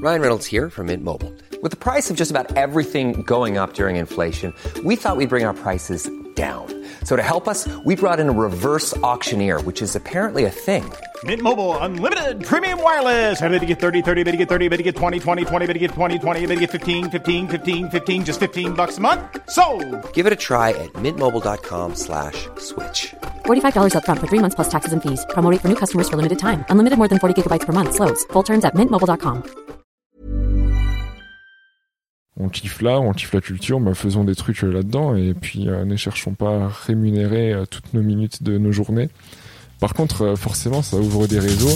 Ryan Reynolds here from Mint Mobile. With the price of just about everything going up during inflation, we thought we'd bring our prices down. So to help us, we brought in a reverse auctioneer, which is apparently a thing. Mint Mobile Unlimited Premium Wireless. How to get 30, 30, how to get 30, how to get 20, 20, 20, how to get 20, 20, how to get 15, 15, 15, 15, just $15 a month? Sold! Give it a try at mintmobile.com/switch. $45 up front for 3 months plus taxes and fees. Promo rate for new customers for limited time. Unlimited more than 40 gigabytes per month. Slows full terms at mintmobile.com. On kiffe l'art, on kiffe la culture, faisons des trucs là-dedans et puis ne cherchons pas à rémunérer toutes nos minutes de nos journées. Par contre, forcément, ça ouvre des réseaux.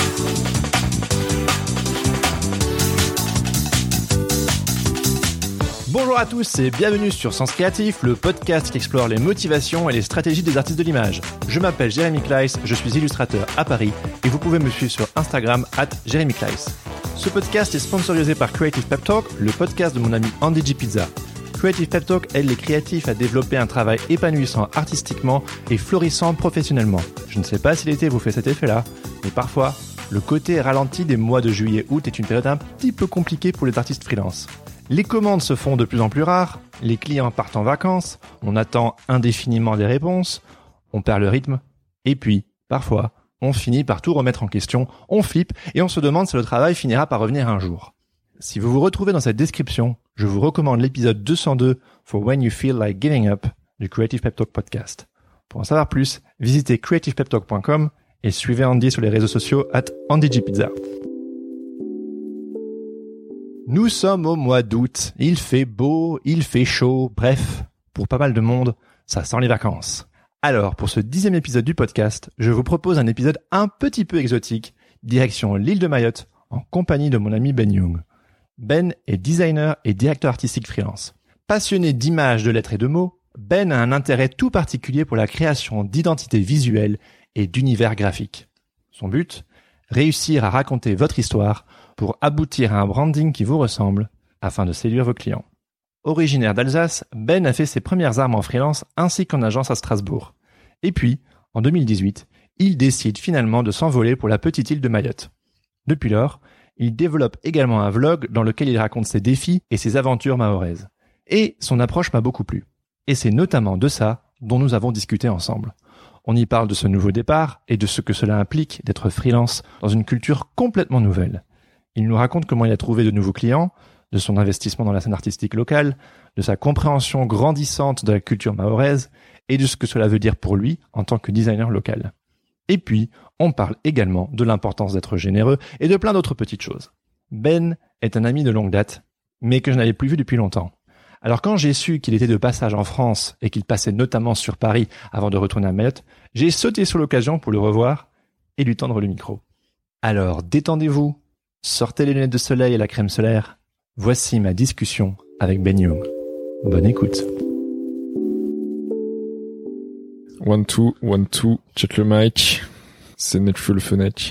Bonjour à tous et bienvenue sur Sens Créatif, le podcast qui explore les motivations et les stratégies des artistes de l'image. Je m'appelle Jérémy Kleiss, je suis illustrateur à Paris et vous pouvez me suivre sur Instagram @JérémyKleiss. Ce podcast est sponsorisé par Creative Pep Talk, le podcast de mon ami Andy G. Pizza. Creative Pep Talk aide les créatifs à développer un travail épanouissant artistiquement et florissant professionnellement. Je ne sais pas si l'été vous fait cet effet-là, mais parfois, le côté ralenti des mois de juillet-août est une période un petit peu compliquée pour les artistes freelance. Les commandes se font de plus en plus rares, les clients partent en vacances, on attend indéfiniment des réponses, on perd le rythme, et puis, parfois, on finit par tout remettre en question, on flippe et on se demande si le travail finira par revenir un jour. Si vous vous retrouvez dans cette description, je vous recommande l'épisode 202 For When You Feel Like Giving Up du Creative Pep Talk podcast. Pour en savoir plus, visitez creativepeptalk.com et suivez Andy sur les réseaux sociaux @AndyGPizza. Nous sommes au mois d'août, il fait beau, il fait chaud, bref, pour pas mal de monde, ça sent les vacances. Alors, pour ce 10e épisode du podcast, je vous propose un épisode un petit peu exotique, direction l'île de Mayotte, en compagnie de mon ami Ben Young. Ben est designer et directeur artistique freelance. Passionné d'images, de lettres et de mots, Ben a un intérêt tout particulier pour la création d'identités visuelles et d'univers graphiques. Son but ? Réussir à raconter votre histoire pour aboutir à un branding qui vous ressemble, afin de séduire vos clients. Originaire d'Alsace, Ben a fait ses premières armes en freelance ainsi qu'en agence à Strasbourg. Et puis, en 2018, il décide finalement de s'envoler pour la petite île de Mayotte. Depuis lors, il développe également un vlog dans lequel il raconte ses défis et ses aventures mahoraises. Et son approche m'a beaucoup plu. Et c'est notamment de ça dont nous avons discuté ensemble. On y parle de ce nouveau départ et de ce que cela implique d'être freelance dans une culture complètement nouvelle. Il nous raconte comment il a trouvé de nouveaux clients, de son investissement dans la scène artistique locale, de sa compréhension grandissante de la culture mahoraise et de ce que cela veut dire pour lui en tant que designer local. Et puis, on parle également de l'importance d'être généreux et de plein d'autres petites choses. Ben est un ami de longue date, mais que je n'avais plus vu depuis longtemps. Alors quand j'ai su qu'il était de passage en France et qu'il passait notamment sur Paris avant de retourner à Mayotte, j'ai sauté sur l'occasion pour le revoir et lui tendre le micro. Alors détendez-vous, sortez les lunettes de soleil et la crème solaire. Voici ma discussion avec Ben Young. Bonne écoute. 1, 2, 1, 2, check le mic. C'est Netflix le fenêtre.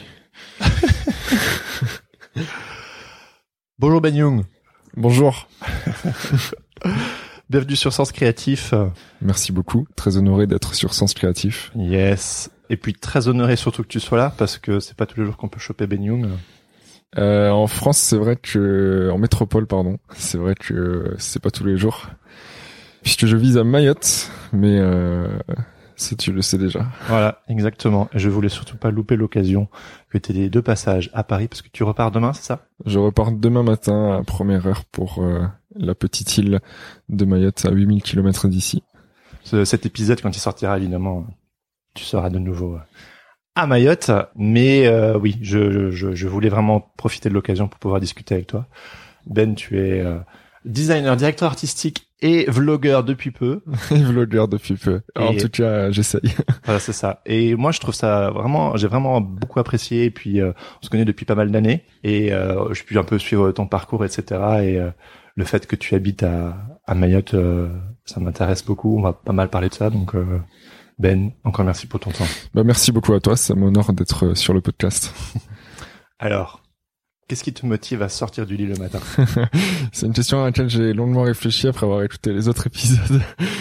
Bonjour Ben Young. Bonjour. Bienvenue sur Sens Créatif. Merci beaucoup. Très honoré d'être sur Sens Créatif. Yes. Et puis très honoré surtout que tu sois là parce que c'est pas tous les jours qu'on peut choper Ben Young. En France, c'est vrai que, en métropole, pardon, c'est vrai que c'est pas tous les jours. Puisque je vis à Mayotte, mais ça tu le sais déjà. Voilà, exactement. Et je voulais surtout pas louper l'occasion que tu aies les deux passages à Paris parce que tu repars demain, c'est ça ? Je repars demain matin à première heure pour la petite île de Mayotte à 8000 km d'ici. Cet épisode, quand il sortira, évidemment, tu seras de nouveau à Mayotte. Mais oui, je voulais vraiment profiter de l'occasion pour pouvoir discuter avec toi. Ben, tu es designer, directeur artistique et vlogueur depuis peu. Vlogueur depuis peu. En tout cas, j'essaye. Voilà, c'est ça. Et moi, je trouve ça vraiment, j'ai vraiment beaucoup apprécié. Et puis, on se connaît depuis pas mal d'années. Et je puis un peu suivre ton parcours, etc. Et le fait que tu habites à Mayotte, ça m'intéresse beaucoup. On va pas mal parler de ça. Donc, Ben, encore merci pour ton temps. Merci beaucoup à toi. Ça m'honore d'être sur le podcast. Alors, qu'est-ce qui te motive à sortir du lit le matin ? C'est une question à laquelle j'ai longuement réfléchi après avoir écouté les autres épisodes.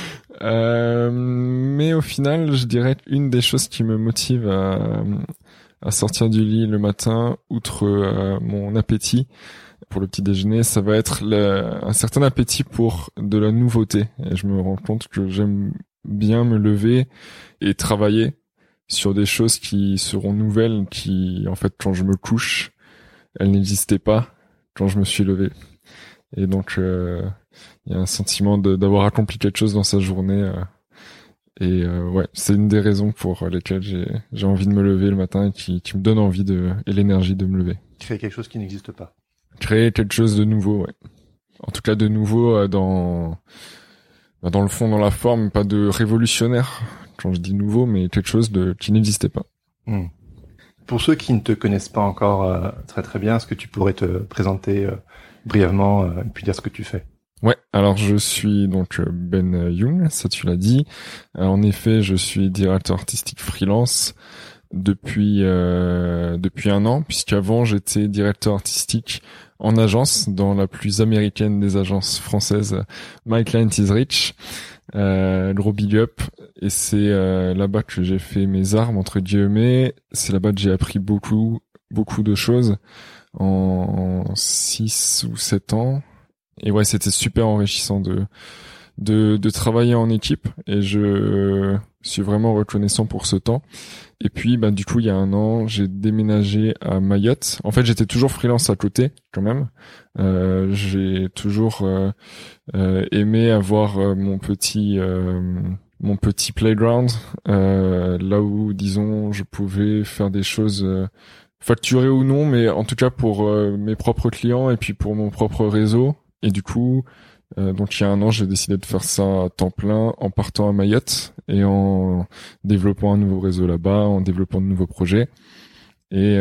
Mais au final, je dirais une des choses qui me motive à sortir du lit le matin, outre mon appétit, pour le petit déjeuner, ça va être un certain appétit pour de la nouveauté. Et je me rends compte que j'aime bien me lever et travailler sur des choses qui seront nouvelles, qui, en fait, quand je me couche, elles n'existaient pas quand je me suis levé. Et donc, il y a un sentiment d'avoir accompli quelque chose dans sa journée. Ouais, c'est une des raisons pour lesquelles j'ai envie de me lever le matin et qui me donne envie et l'énergie de me lever. Créer quelque chose qui n'existe pas. Créer quelque chose de nouveau, ouais. En tout cas, de nouveau dans le fond, dans la forme, pas de révolutionnaire. Quand je dis nouveau, mais quelque chose qui n'existait pas. Pour ceux qui ne te connaissent pas encore très très bien, est-ce que tu pourrais te présenter brièvement et puis dire ce que tu fais? Ouais, alors je suis donc Ben Young, ça tu l'as dit. En effet, je suis directeur artistique freelance depuis 1 an, puisqu'avant j'étais directeur artistique en agence, dans la plus américaine des agences françaises, My Client is Rich. Gros big up, et c'est là-bas que j'ai fait mes armes entre guillemets. C'est là-bas que j'ai appris beaucoup de choses en 6 ou 7 ans. Et ouais, c'était super enrichissant de travailler en équipe, et je suis vraiment reconnaissant pour ce temps. Et puis du coup, il y a 1 an, j'ai déménagé à Mayotte. En fait, j'étais toujours freelance à côté quand même. J'ai toujours aimé avoir mon petit playground, là où, disons, je pouvais faire des choses facturées ou non, mais en tout cas pour mes propres clients et puis pour mon propre réseau. Et du coup, donc il y a 1 an, j'ai décidé de faire ça à temps plein en partant à Mayotte et en développant un nouveau réseau là-bas, en développant de nouveaux projets. Et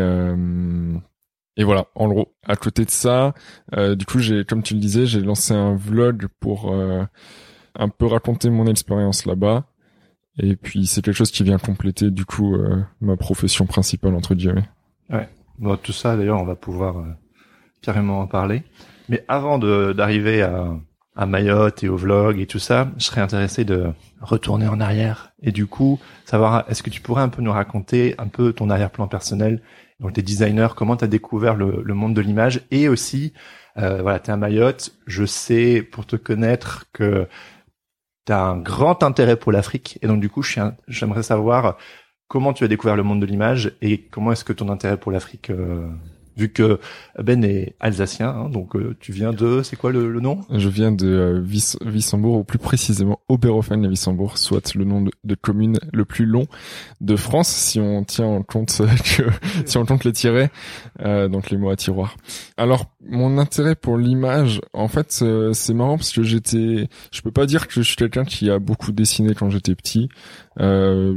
voilà, en gros, à côté de ça, du coup, comme tu le disais, j'ai lancé un vlog pour un peu raconter mon expérience là-bas. Et puis c'est quelque chose qui vient compléter du coup ma profession principale entre guillemets. Ouais. Bon, tout ça d'ailleurs, on va pouvoir carrément en parler. Mais avant d'arriver à Mayotte et au vlog et tout ça, je serais intéressé de retourner en arrière et du coup savoir, est-ce que tu pourrais un peu nous raconter un peu ton arrière-plan personnel, donc t'es designer, comment t'as découvert le monde de l'image, et aussi voilà, t'es à Mayotte, je sais pour te connaître que t'as un grand intérêt pour l'Afrique, et donc du coup j'aimerais savoir comment tu as découvert le monde de l'image et comment est-ce que ton intérêt pour l'Afrique vu que Ben est alsacien, hein, donc tu viens de... C'est quoi le nom ? Je viens de Wissembourg, ou plus précisément Oberhofen-Wissembourg, soit le nom de commune le plus long de France, si on tient en compte si on compte les tirets, donc les mots à tiroir. Alors, mon intérêt pour l'image, en fait, c'est marrant parce que je peux pas dire que je suis quelqu'un qui a beaucoup dessiné quand j'étais petit. En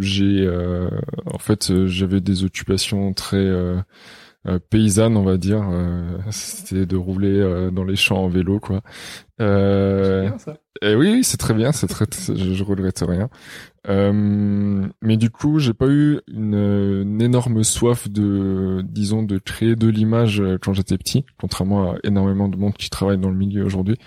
fait, j'avais des occupations très paysanne, on va dire, c'était de rouler dans les champs en vélo, quoi. C'est bien, ça. Et oui, c'est très bien, je regrette rien. Mais du coup, j'ai pas eu une énorme soif de créer de l'image quand j'étais petit, contrairement à énormément de monde qui travaille dans le milieu aujourd'hui.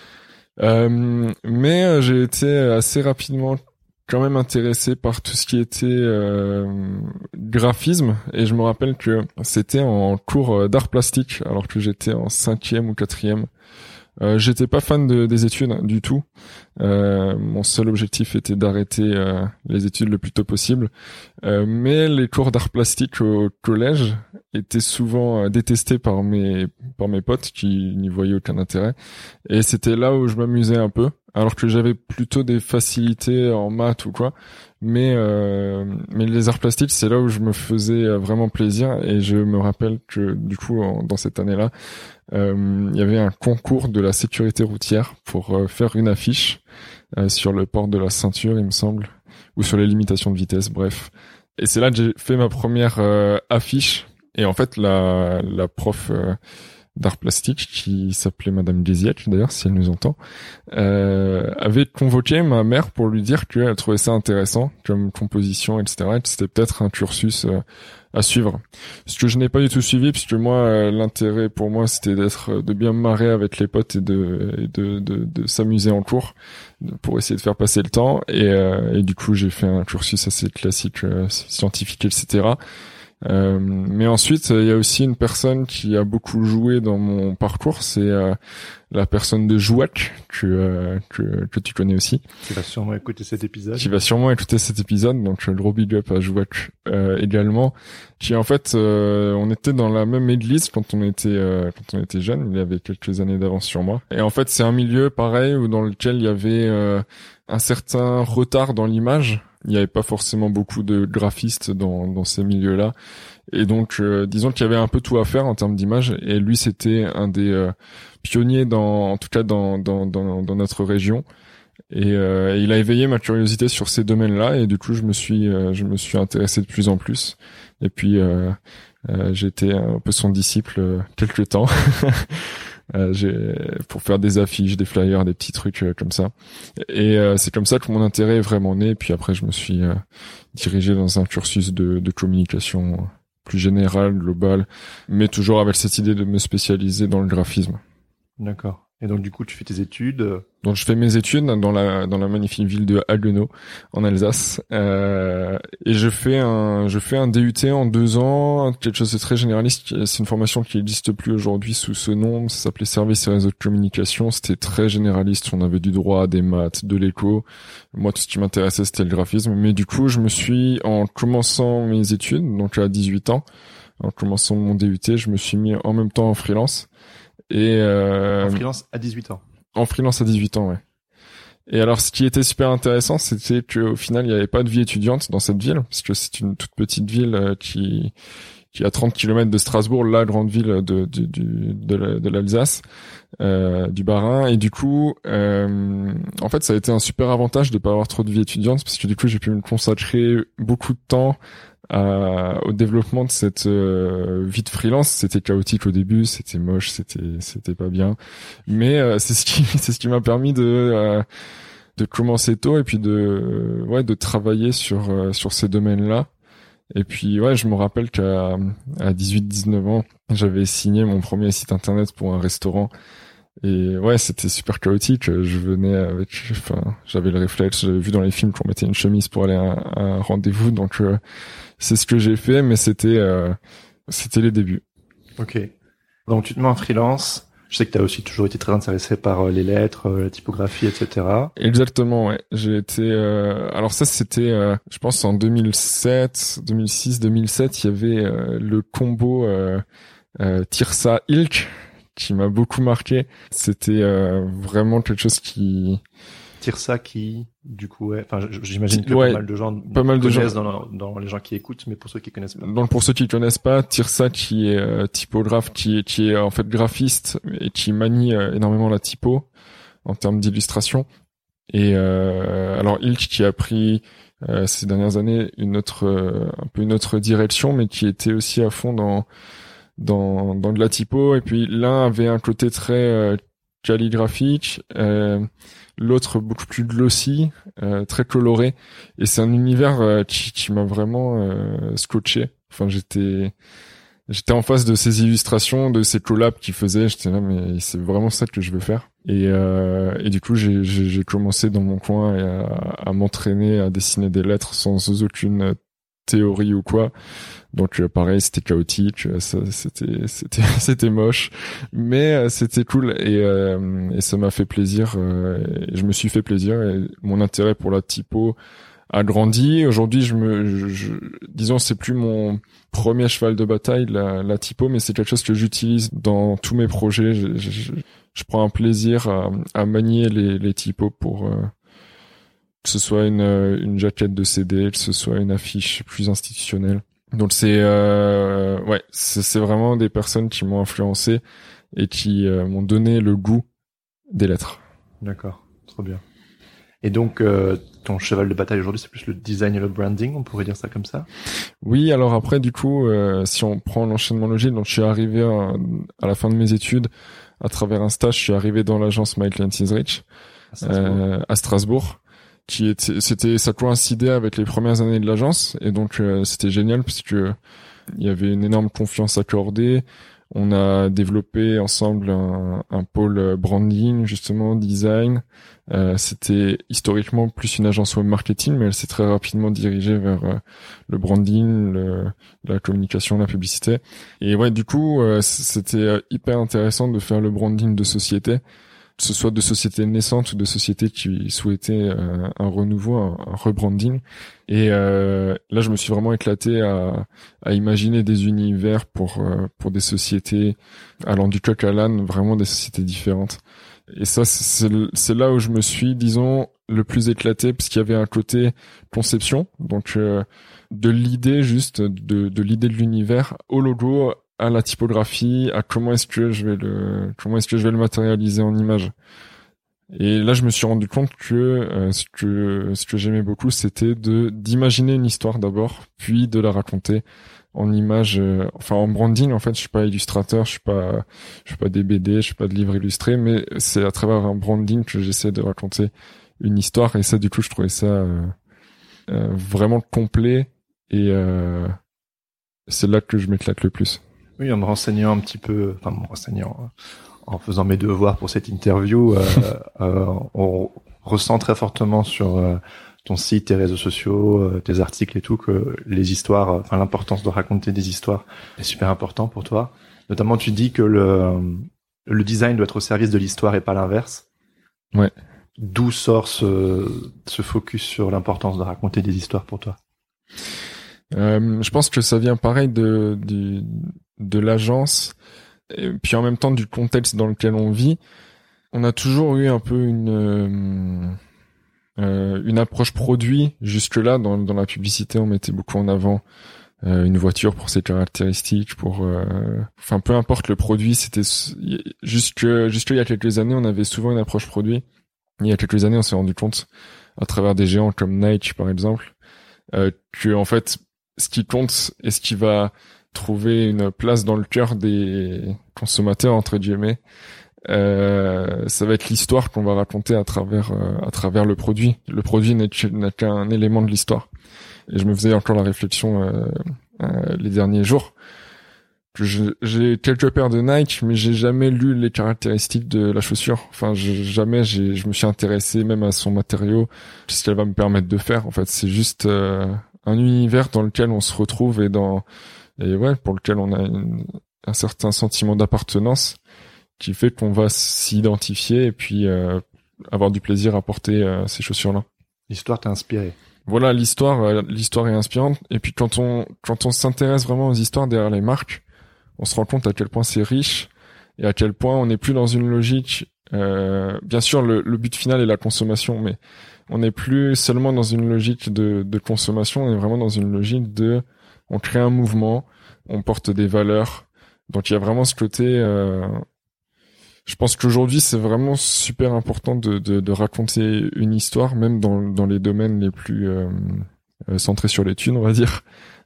Mais j'ai été assez rapidement quand même intéressé par tout ce qui était graphisme, et je me rappelle que c'était en cours d'art plastique alors que j'étais en 5e ou 4e. J'étais pas fan des études du tout. Mon seul objectif était d'arrêter les études le plus tôt possible. Mais les cours d'art plastique au collège étaient souvent détestés par mes potes qui n'y voyaient aucun intérêt. Et c'était là où je m'amusais un peu, alors que j'avais plutôt des facilités en maths ou quoi. Mais les arts plastiques, c'est là où je me faisais vraiment plaisir. Et je me rappelle que du coup, dans cette année-là, il y avait un concours de la sécurité routière pour faire une affiche sur le port de la ceinture, il me semble, ou sur les limitations de vitesse, bref. Et c'est là que j'ai fait ma première affiche. Et en fait, la prof d'art plastique, qui s'appelait Madame Géziac, d'ailleurs, si elle nous entend, avait convoqué ma mère pour lui dire qu'elle trouvait ça intéressant comme composition, etc., et que c'était peut-être un cursus à suivre. Ce que je n'ai pas du tout suivi, puisque moi, l'intérêt pour moi, c'était de bien me marrer avec les potes et de s'amuser en cours pour essayer de faire passer le temps. Et du coup, j'ai fait un cursus assez classique, scientifique, etc. Mais ensuite, il y a aussi une personne qui a beaucoup joué dans mon parcours, c'est la personne de Jouac que tu connais aussi. Qui va sûrement écouter cet épisode. Donc gros big up à Jouac également. Qui en fait, on était dans la même église quand on était jeune. Il avait quelques années d'avance sur moi. Et en fait, c'est un milieu pareil où dans lequel il y avait un certain retard dans l'image. Il n'y avait pas forcément beaucoup de graphistes dans ces milieux-là. Et donc, disons qu'il y avait un peu tout à faire en termes d'image. Et lui, c'était un des pionniers en tout cas dans notre région. Et il a éveillé ma curiosité sur ces domaines-là. Et du coup, je me suis intéressé de plus en plus. Et puis, j'ai été un peu son disciple quelque temps. Pour faire des affiches, des flyers, des petits trucs comme ça. Et c'est comme ça que mon intérêt est vraiment né. Puis après, je me suis dirigé dans un cursus de communication plus général, global, mais toujours avec cette idée de me spécialiser dans le graphisme. D'accord. Et donc du coup, tu fais tes études. Donc je fais mes études dans la magnifique ville de Haguenau en Alsace, et je fais un DUT en 2 ans, quelque chose de très généraliste. C'est une formation qui n'existe plus aujourd'hui sous ce nom. Ça s'appelait Services et réseaux de communication. C'était très généraliste. On avait du droit, des maths, de l'éco. Moi, tout ce qui m'intéressait, c'était le graphisme. Mais du coup, en commençant mes études, donc à 18 ans, en commençant mon DUT, je me suis mis en même temps en freelance. Et en freelance à 18 ans. En freelance à 18 ans, ouais. Et alors, ce qui était super intéressant, c'était qu'au final, il n'y avait pas de vie étudiante dans cette ville, parce que c'est une toute petite ville qui a 30 km de Strasbourg, la grande ville de l'Alsace, du Bas-Rhin. Et du coup, en fait, ça a été un super avantage de pas avoir trop de vie étudiante, parce que du coup, j'ai pu me consacrer beaucoup de temps au développement de cette vie de freelance. C'était chaotique au début, c'était moche, c'était pas bien, mais c'est ce qui m'a permis de commencer tôt et puis de travailler sur ces domaines-là. Et puis je me rappelle qu'à 18-19 ans, j'avais signé mon premier site internet pour un restaurant. Et c'était super chaotique. Je venais j'avais le réflexe, j'avais vu dans les films qu'on mettait une chemise pour aller à un rendez-vous, donc c'est ce que j'ai fait, mais c'était les débuts. Ok. Donc tu te mets en freelance. Je sais que tu as aussi toujours été très intéressé par les lettres, la typographie, etc. Exactement, ouais. J'ai été alors ça c'était je pense en 2007, 2006, 2007, il y avait le combo Tirsa Ilk qui m'a beaucoup marqué. C'était vraiment quelque chose qui Tirsa qui du coup j'imagine que pas mal de gens connaissent dans les gens qui écoutent, mais pour ceux qui connaissent pas. Donc pour ceux qui connaissent pas, Tirsa qui est typographe, qui est en fait graphiste et qui manie énormément la typo en termes d'illustration. Et alors Ilk qui a pris ces dernières années un peu une autre direction, mais qui était aussi à fond dans de la typo. Et puis l'un avait un côté très calligraphique, l'autre beaucoup plus glossy, très coloré, et c'est un univers qui m'a vraiment scotché. Enfin, j'étais en face de ces illustrations, de ces collabs qu'il faisait. J'étais là, mais c'est vraiment ça que je veux faire. Et du coup, j'ai commencé dans mon coin à m'entraîner à dessiner des lettres sans aucune théorie ou quoi. Donc pareil, c'était chaotique, c'était moche, mais c'était cool et ça m'a fait plaisir. Et je me suis fait plaisir et mon intérêt pour la typo a grandi. Aujourd'hui, disons, c'est plus mon premier cheval de bataille, la typo, mais c'est quelque chose que j'utilise dans tous mes projets. Je prends un plaisir à manier les typos pour que ce soit une jaquette de CD, que ce soit une affiche plus institutionnelle. Donc c'est vraiment des personnes qui m'ont influencé et qui m'ont donné le goût des lettres. D'accord, trop bien. Et donc ton cheval de bataille aujourd'hui, c'est plus le design et le branding, on pourrait dire ça comme ça? Oui, alors après du coup, si on prend l'enchaînement logique, donc je suis arrivé à la fin de mes études à travers un stage, je suis arrivé dans l'agence My Client is Rich à Strasbourg. Ça coïncidait avec les premières années de l'agence et donc c'était génial parce que il y avait une énorme confiance accordée. On a développé ensemble un pôle branding, justement, design. C'était historiquement plus une agence web marketing, mais elle s'est très rapidement dirigée vers le branding, la communication, la publicité. Et ouais, du coup, c'était hyper intéressant de faire le branding de sociétés, que ce soit de sociétés naissantes ou de sociétés qui souhaitaient un renouveau, un rebranding. Et là, je me suis vraiment éclaté à imaginer des univers pour des sociétés allant du coq à l'âne, vraiment des sociétés différentes. Et ça, c'est là où je me suis, disons, le plus éclaté, parce qu'il y avait un côté conception, donc de l'idée juste, de l'idée de l'univers au logo, à la typographie, à comment est-ce que je vais le matérialiser en image. Et là, je me suis rendu compte que ce que j'aimais beaucoup, c'était d'imaginer une histoire d'abord, puis de la raconter en image, en branding. En fait, je suis pas illustrateur, je suis pas des BD, je suis pas de livres illustrés, mais c'est à travers un branding que j'essaie de raconter une histoire. Et ça, du coup, je trouvais ça vraiment complet, et c'est là que je m'éclate le plus. Oui, en me renseignant un petit peu, en faisant mes devoirs pour cette interview, on ressent très fortement sur ton site, tes réseaux sociaux, tes articles et tout, que les histoires, l'importance de raconter des histoires est super important pour toi. Notamment, tu dis que le design doit être au service de l'histoire et pas l'inverse. Ouais. D'où sort ce focus sur l'importance de raconter des histoires pour toi? Je pense que ça vient pareil de l'agence, et puis en même temps du contexte dans lequel on vit. On a toujours eu un peu une approche produit. Jusque-là, dans la publicité, on mettait beaucoup en avant une voiture pour ses caractéristiques, peu importe le produit. C'était jusque il y a quelques années, on avait souvent une approche produit. Il y a quelques années, on s'est rendu compte, à travers des géants comme Nike, par exemple, que en fait, ce qui compte et ce qui va trouver une place dans le cœur des consommateurs, entre guillemets, ça va être l'histoire qu'on va raconter à travers le produit. Le produit n'est qu'un élément de l'histoire. Et je me faisais encore la réflexion les derniers jours. J'ai quelques paires de Nike, mais j'ai jamais lu les caractéristiques de la chaussure. Je me suis intéressé même à son matériau, ce qu'elle va me permettre de faire. En fait, c'est juste un univers dans lequel on se retrouve pour lequel on a un certain sentiment d'appartenance, qui fait qu'on va s'identifier et puis avoir du plaisir à porter ces chaussures-là. L'histoire t'a inspiré. Voilà, l'histoire est inspirante. Et puis quand on s'intéresse vraiment aux histoires derrière les marques, on se rend compte à quel point c'est riche et à quel point on n'est plus dans une logique. Bien sûr, le but final est la consommation, mais on n'est plus seulement dans une logique de consommation. On est vraiment dans une logique on crée un mouvement, on porte des valeurs. Donc il y a vraiment ce côté. Je pense qu'aujourd'hui c'est vraiment super important de raconter une histoire, même dans les domaines les plus centrés sur les thunes, on va dire.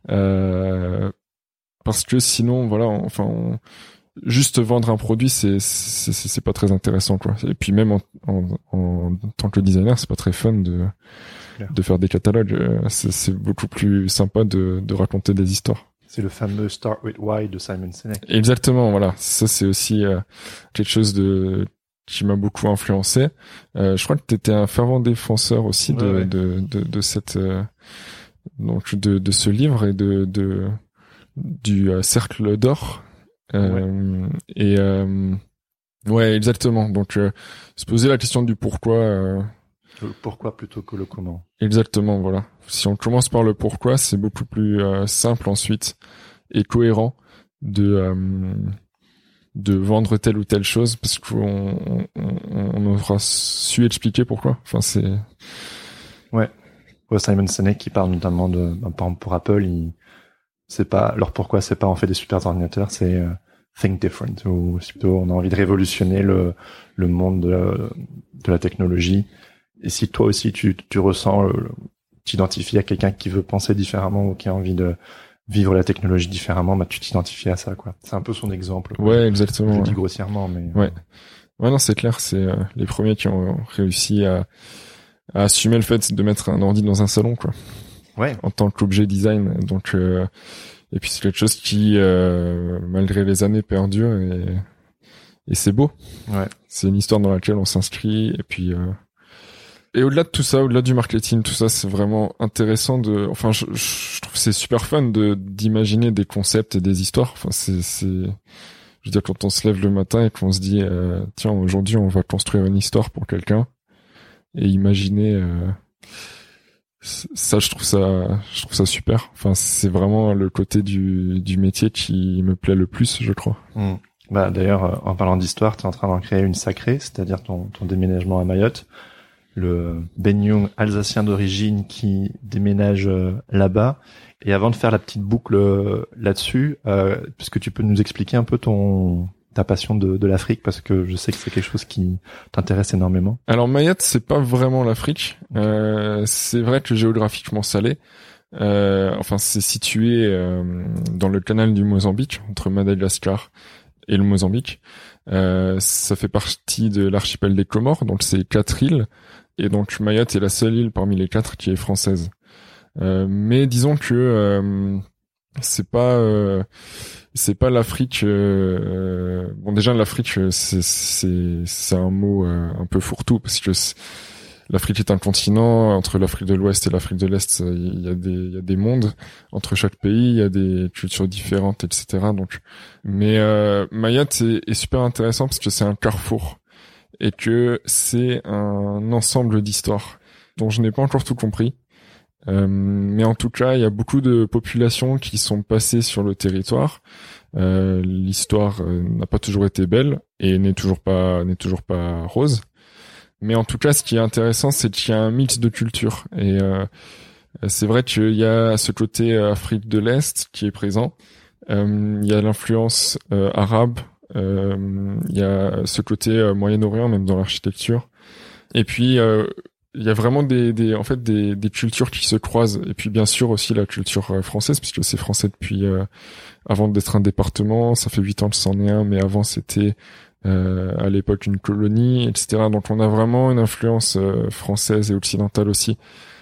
Parce que sinon, voilà, juste vendre un produit, c'est pas très intéressant, quoi. Et puis même en tant que designer, c'est pas très fun de faire des catalogues. C'est beaucoup plus sympa de raconter des histoires. C'est le fameux Start with Why de Simon Sinek. Exactement, voilà. Ça, c'est aussi quelque chose qui m'a beaucoup influencé. Je crois que tu étais un fervent défenseur aussi de cette donc de ce livre et du cercle d'or. Ouais, exactement. Donc se poser la question du pourquoi. Le pourquoi plutôt que le comment. Exactement, voilà. Si on commence par le pourquoi, c'est beaucoup plus simple ensuite et cohérent de vendre telle ou telle chose, parce qu'on aura su expliquer pourquoi. Enfin, c'est... Ouais. Simon Sinek qui parle notamment par exemple pour Apple, c'est pas leur pourquoi, c'est pas on fait des super ordinateurs, c'est think different, ou c'est plutôt on a envie de révolutionner le monde de la technologie. Et si toi aussi tu ressens, t'identifies à quelqu'un qui veut penser différemment ou qui a envie de vivre la technologie différemment, bah tu t'identifies à ça, quoi. C'est un peu son exemple. Ouais, exactement. Je dis grossièrement, mais ouais, non, c'est clair, c'est les premiers qui ont réussi à assumer le fait de mettre un ordi dans un salon, quoi. Ouais. En tant qu'objet design. Donc Et puis c'est quelque chose qui, malgré les années, perdure et c'est beau. Ouais. C'est une histoire dans laquelle on s'inscrit et puis et au-delà de tout ça, au-delà du marketing, tout ça, c'est vraiment intéressant enfin, je trouve que c'est super fun d'imaginer des concepts et des histoires. Enfin, je veux dire, quand on se lève le matin et qu'on se dit, tiens, aujourd'hui, on va construire une histoire pour quelqu'un et imaginer, ça, je trouve ça super. Enfin, c'est vraiment le côté du métier qui me plaît le plus, je crois. Bah, d'ailleurs, en parlant d'histoire, t'es en train d'en créer une sacrée, c'est-à-dire ton déménagement à Mayotte. Le Ben Young alsacien d'origine qui déménage là-bas. Et avant de faire la petite boucle là-dessus, est-ce que tu peux nous expliquer un peu ta passion de l'Afrique, parce que je sais que c'est quelque chose qui t'intéresse énormément. Alors Mayotte, c'est pas vraiment l'Afrique. C'est vrai que géographiquement ça l'est. Enfin, c'est situé dans le canal du Mozambique, entre Madagascar et le Mozambique. Ça fait partie de l'archipel des Comores, donc c'est 4 îles. Et donc Mayotte est la seule île parmi les 4 qui est française. Mais disons que c'est pas l'Afrique. Bon, déjà l'Afrique, c'est un mot un peu fourre-tout, parce que l'Afrique est un continent. Entre l'Afrique de l'Ouest et l'Afrique de l'Est, il y a des mondes entre chaque pays, il y a des cultures différentes, etc. Donc, mais Mayotte est super intéressant parce que c'est un carrefour et que c'est un ensemble d'histoires dont je n'ai pas encore tout compris. Mais en tout cas, il y a beaucoup de populations qui sont passées sur le territoire. L'histoire n'a pas toujours été belle et n'est toujours pas rose. Mais en tout cas, ce qui est intéressant, c'est qu'il y a un mix de cultures. Et c'est vrai qu'il y a ce côté Afrique de l'Est qui est présent. Il y a l'influence arabe. Il y a ce côté Moyen-Orient, même dans l'architecture. Et puis il y a vraiment des cultures qui se croisent. Et puis bien sûr aussi la culture française, puisque c'est français depuis avant d'être un département. Ça fait 8 ans que c'en est un, mais avant c'était à l'époque une colonie, etc. Donc on a vraiment une influence française et occidentale aussi.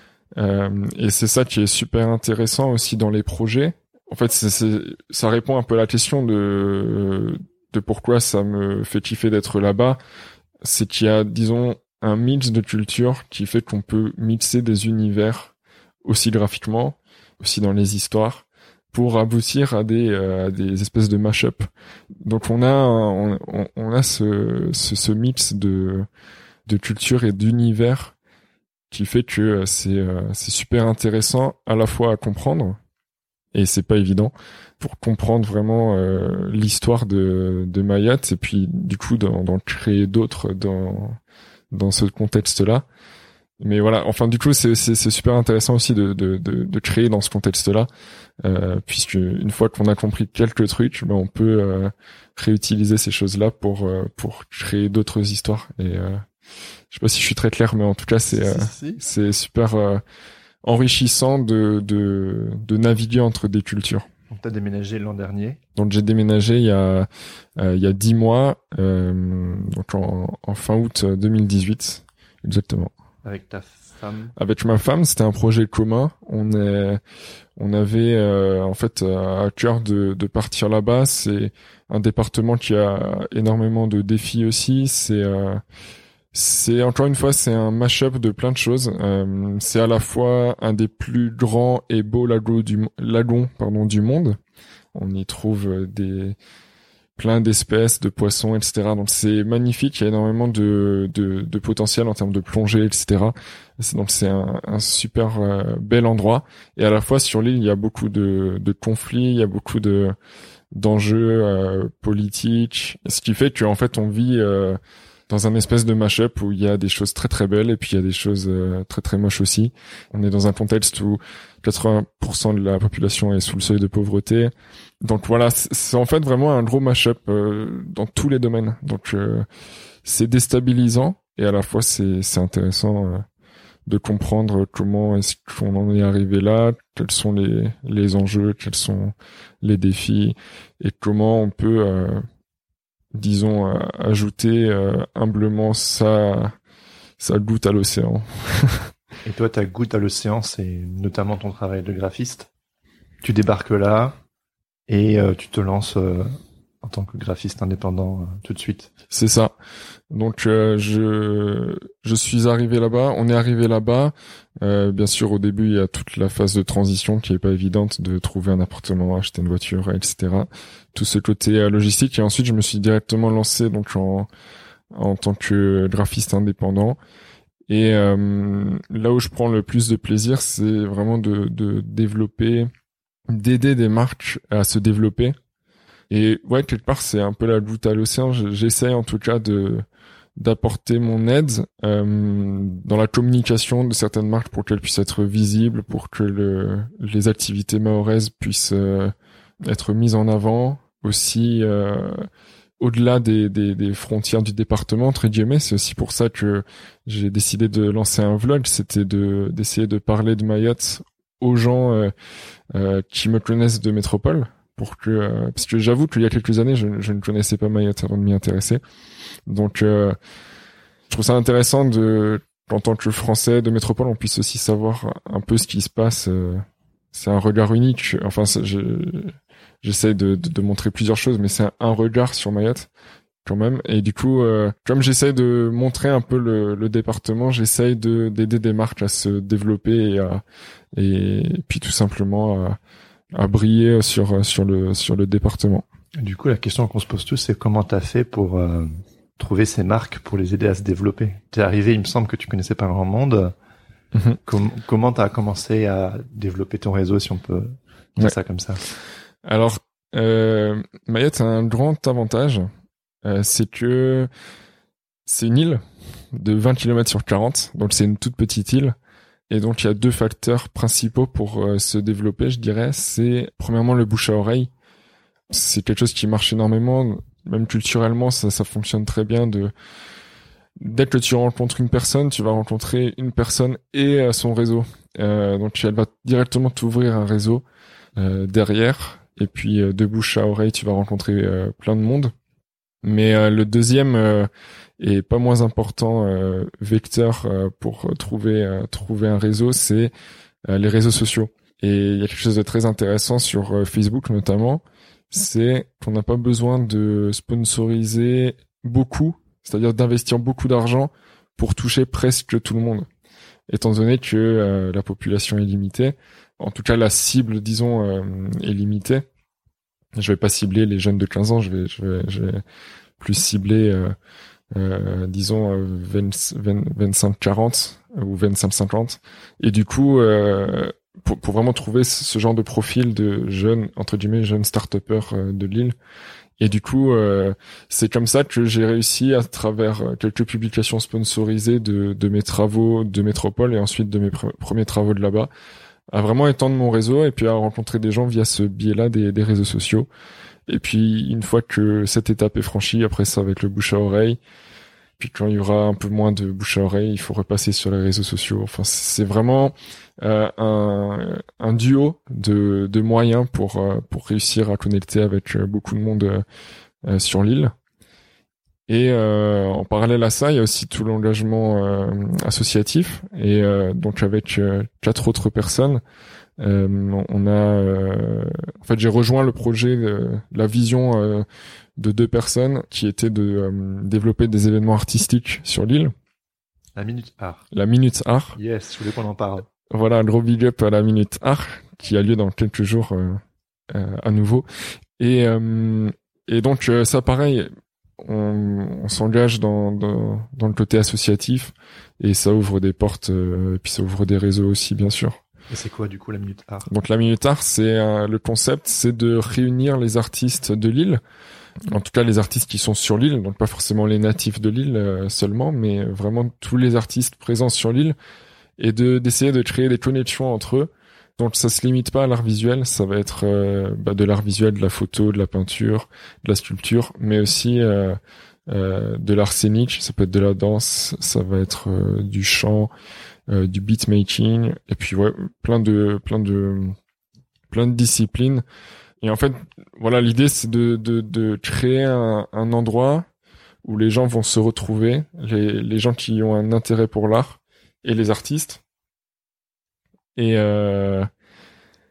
Et c'est ça qui est super intéressant aussi dans les projets. En fait, ça répond un peu à la question de pourquoi ça me fait kiffer d'être là-bas. C'est qu'il y a, disons, un mix de cultures qui fait qu'on peut mixer des univers aussi graphiquement, aussi dans les histoires, pour aboutir à des espèces de mash-up. Donc on a ce mix de cultures et d'univers qui fait que c'est super intéressant à la fois à comprendre, et c'est pas évident, pour comprendre vraiment l'histoire de Mayotte, et puis du coup d'en créer d'autres dans ce contexte-là. Mais voilà, enfin du coup c'est super intéressant aussi de créer dans ce contexte-là, puisque une fois qu'on a compris quelques trucs, ben on peut réutiliser ces choses-là pour créer d'autres histoires. Et je sais pas si je suis très clair, mais en tout cas c'est super enrichissant de naviguer entre des cultures. Donc t'as déménagé l'an dernier. Donc j'ai déménagé il y a 10 mois, donc en fin août 2018 exactement. Avec ta femme? Avec ma femme, c'était un projet commun. On avait en fait à cœur de partir là-bas. C'est un département qui a énormément de défis aussi. C'est encore une fois, c'est un mash-up de plein de choses. C'est à la fois un des plus grands et beaux lagons du monde. On y trouve plein d'espèces de poissons, etc. Donc c'est magnifique. Il y a énormément de potentiel en termes de plongée, etc. Donc c'est un super bel endroit. Et à la fois sur l'île, il y a beaucoup de conflits, il y a beaucoup d'enjeux politiques. Ce qui fait qu'en fait on vit dans un espèce de mash-up où il y a des choses très très belles et puis il y a des choses très très moches aussi. On est dans un contexte où 80% de la population est sous le seuil de pauvreté. Donc voilà, c'est en fait vraiment un gros mash-up dans tous les domaines. Donc c'est déstabilisant et à la fois c'est intéressant de comprendre comment est-ce qu'on en est arrivé là, quels sont les enjeux, quels sont les défis et comment on peut disons ajouter humblement sa goutte à l'océan. Et toi, ta goutte à l'océan, c'est notamment ton travail de graphiste. Tu débarques là, et tu te lances en tant que graphiste indépendant tout de suite. C'est ça. Donc je suis arrivé là-bas, on est arrivé là-bas. Bien sûr, au début, il y a toute la phase de transition qui est pas évidente, de trouver un appartement, acheter une voiture, etc. Tout ce côté logistique. Et ensuite, je me suis directement lancé donc en tant que graphiste indépendant. Et là où je prends le plus de plaisir, c'est vraiment de développer, d'aider des marques à se développer. Et ouais, quelque part, c'est un peu la goutte à l'océan. J'essaie en tout cas d'apporter mon aide dans la communication de certaines marques pour qu'elles puissent être visibles, pour que les activités mahoraises puissent être mises en avant. Aussi, au-delà des frontières du département, entre guillemets, c'est aussi pour ça que j'ai décidé de lancer un vlog. C'était d'essayer de parler de Mayotte aux gens qui me connaissent de métropole. Parce que j'avoue qu'il y a quelques années, je ne connaissais pas Mayotte avant de m'y intéresser. Donc, je trouve ça intéressant qu'en tant que Français de métropole, on puisse aussi savoir un peu ce qui se passe. C'est un regard unique. Enfin, j'essaie de montrer plusieurs choses, mais c'est un regard sur Mayotte quand même. Et du coup, comme j'essaie de montrer un peu le département, j'essaie d'aider des marques à se développer et puis tout simplement à briller sur le département. Du coup, la question qu'on se pose tous, c'est comment t'as fait pour trouver ces marques, pour les aider à se développer? T'es arrivé, il me semble que tu connaissais pas grand monde. Mm-hmm. Comment t'as commencé à développer ton réseau, si on peut dire ça comme ça? Alors, Mayotte a un grand avantage, c'est que c'est une île de 20 km sur 40, donc c'est une toute petite île. Et donc, il y a deux facteurs principaux pour se développer, je dirais. C'est, premièrement, le bouche à oreille. C'est quelque chose qui marche énormément. Même culturellement, ça fonctionne très bien. Dès que tu rencontres une personne, tu vas rencontrer une personne et son réseau. Donc, elle va directement t'ouvrir un réseau derrière. Et puis, de bouche à oreille, tu vas rencontrer plein de monde. Mais le deuxième et pas moins important vecteur pour trouver un réseau, c'est les réseaux sociaux. Et il y a quelque chose de très intéressant sur Facebook notamment, c'est qu'on n'a pas besoin de sponsoriser beaucoup, c'est-à-dire d'investir beaucoup d'argent pour toucher presque tout le monde, étant donné que la population est limitée. En tout cas, la cible, disons, est limitée. Je vais pas cibler les jeunes de 15 ans, je vais plus cibler disons 25-40 ou 25-50, et du coup pour vraiment trouver ce genre de profil de jeunes, entre guillemets, jeunes start-upers de l'île. Et du coup c'est comme ça que j'ai réussi, à travers quelques publications sponsorisées de mes travaux de métropole et ensuite de mes premiers travaux de là-bas, à vraiment étendre mon réseau et puis à rencontrer des gens via ce biais-là des réseaux sociaux. Et puis, une fois que cette étape est franchie, après ça va être le bouche à oreille. Puis quand il y aura un peu moins de bouche à oreille, il faut repasser sur les réseaux sociaux. Enfin, c'est vraiment un duo de moyens pour réussir à connecter avec beaucoup de monde sur l'île. Et en parallèle à ça, il y a aussi tout l'engagement associatif. Et donc avec 4 autres personnes, on a en fait, j'ai rejoint le projet, la vision de 2 personnes qui était de développer des événements artistiques sur l'île. La Minute Art. La Minute Art. Yes, je voulais qu'on en parle. Voilà, un gros big up à la Minute Art qui a lieu dans quelques jours à nouveau. Et donc ça, pareil, on s'engage dans le côté associatif et ça ouvre des portes, et puis ça ouvre des réseaux aussi, bien sûr. Et c'est quoi, du coup, la Minute Art? Donc la Minute Art, c'est le concept, c'est de réunir les artistes de l'île, en tout cas les artistes qui sont sur l'île, donc pas forcément les natifs de l'île seulement, mais vraiment tous les artistes présents sur l'île, et d'essayer de créer des connexions entre eux. Donc ça se limite pas à l'art visuel, ça va être de l'art visuel, de la photo, de la peinture, de la sculpture, mais aussi de l'art scénique, ça peut être de la danse, ça va être du chant, du beatmaking, et puis ouais, plein de disciplines. Et en fait, voilà, l'idée c'est de créer un endroit où les gens vont se retrouver, les gens qui ont un intérêt pour l'art et les artistes. Et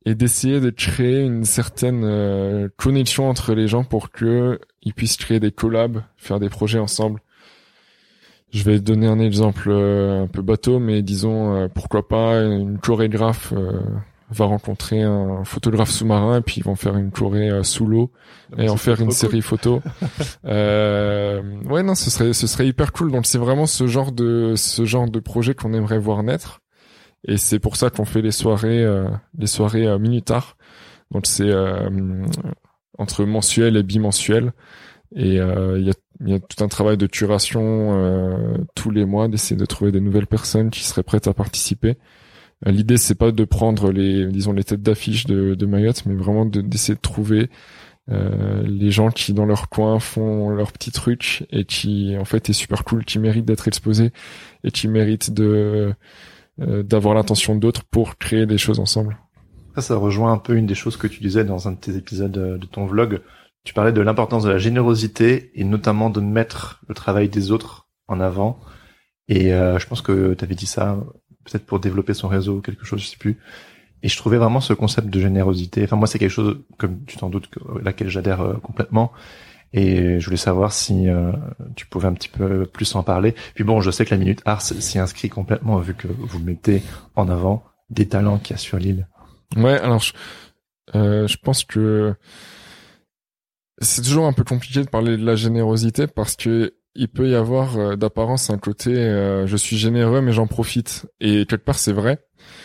et d'essayer de créer une certaine connexion entre les gens pour que ils puissent créer des collabs, faire des projets ensemble. Je vais donner un exemple un peu bateau, mais disons pourquoi pas une chorégraphe va rencontrer un photographe sous-marin et puis ils vont faire une choré sous l'eau et en faire une série photo. Ouais, non, ce serait hyper cool. Donc c'est vraiment ce genre de projet qu'on aimerait voir naître. Et c'est pour ça qu'on fait les soirées Minutard. Donc c'est entre mensuel et bimensuel. Et il y a tout un travail de curation tous les mois, d'essayer de trouver des nouvelles personnes qui seraient prêtes à participer. L'idée c'est pas de prendre les têtes d'affiche de Mayotte, mais vraiment d'essayer de trouver les gens qui dans leur coin font leur petit truc et qui en fait est super cool, qui méritent d'être exposés et qui méritent d'avoir l'attention d'autres pour créer des choses ensemble. Ça rejoint un peu une des choses que tu disais dans un de tes épisodes de ton vlog. Tu parlais de l'importance de la générosité et notamment de mettre le travail des autres en avant. Et je pense que tu avais dit ça peut-être pour développer son réseau ou quelque chose, je sais plus. Et je trouvais vraiment ce concept de générosité. Enfin, moi, c'est quelque chose, comme tu t'en doutes, laquelle j'adhère complètement. Et je voulais savoir si tu pouvais un petit peu plus en parler. Puis bon, je sais que la Minute Art s'y inscrit complètement vu que vous mettez en avant des talents qu'il y a sur l'île. Ouais, alors je pense que c'est toujours un peu compliqué de parler de la générosité parce que il peut y avoir d'apparence un côté je suis généreux mais j'en profite, et quelque part c'est vrai,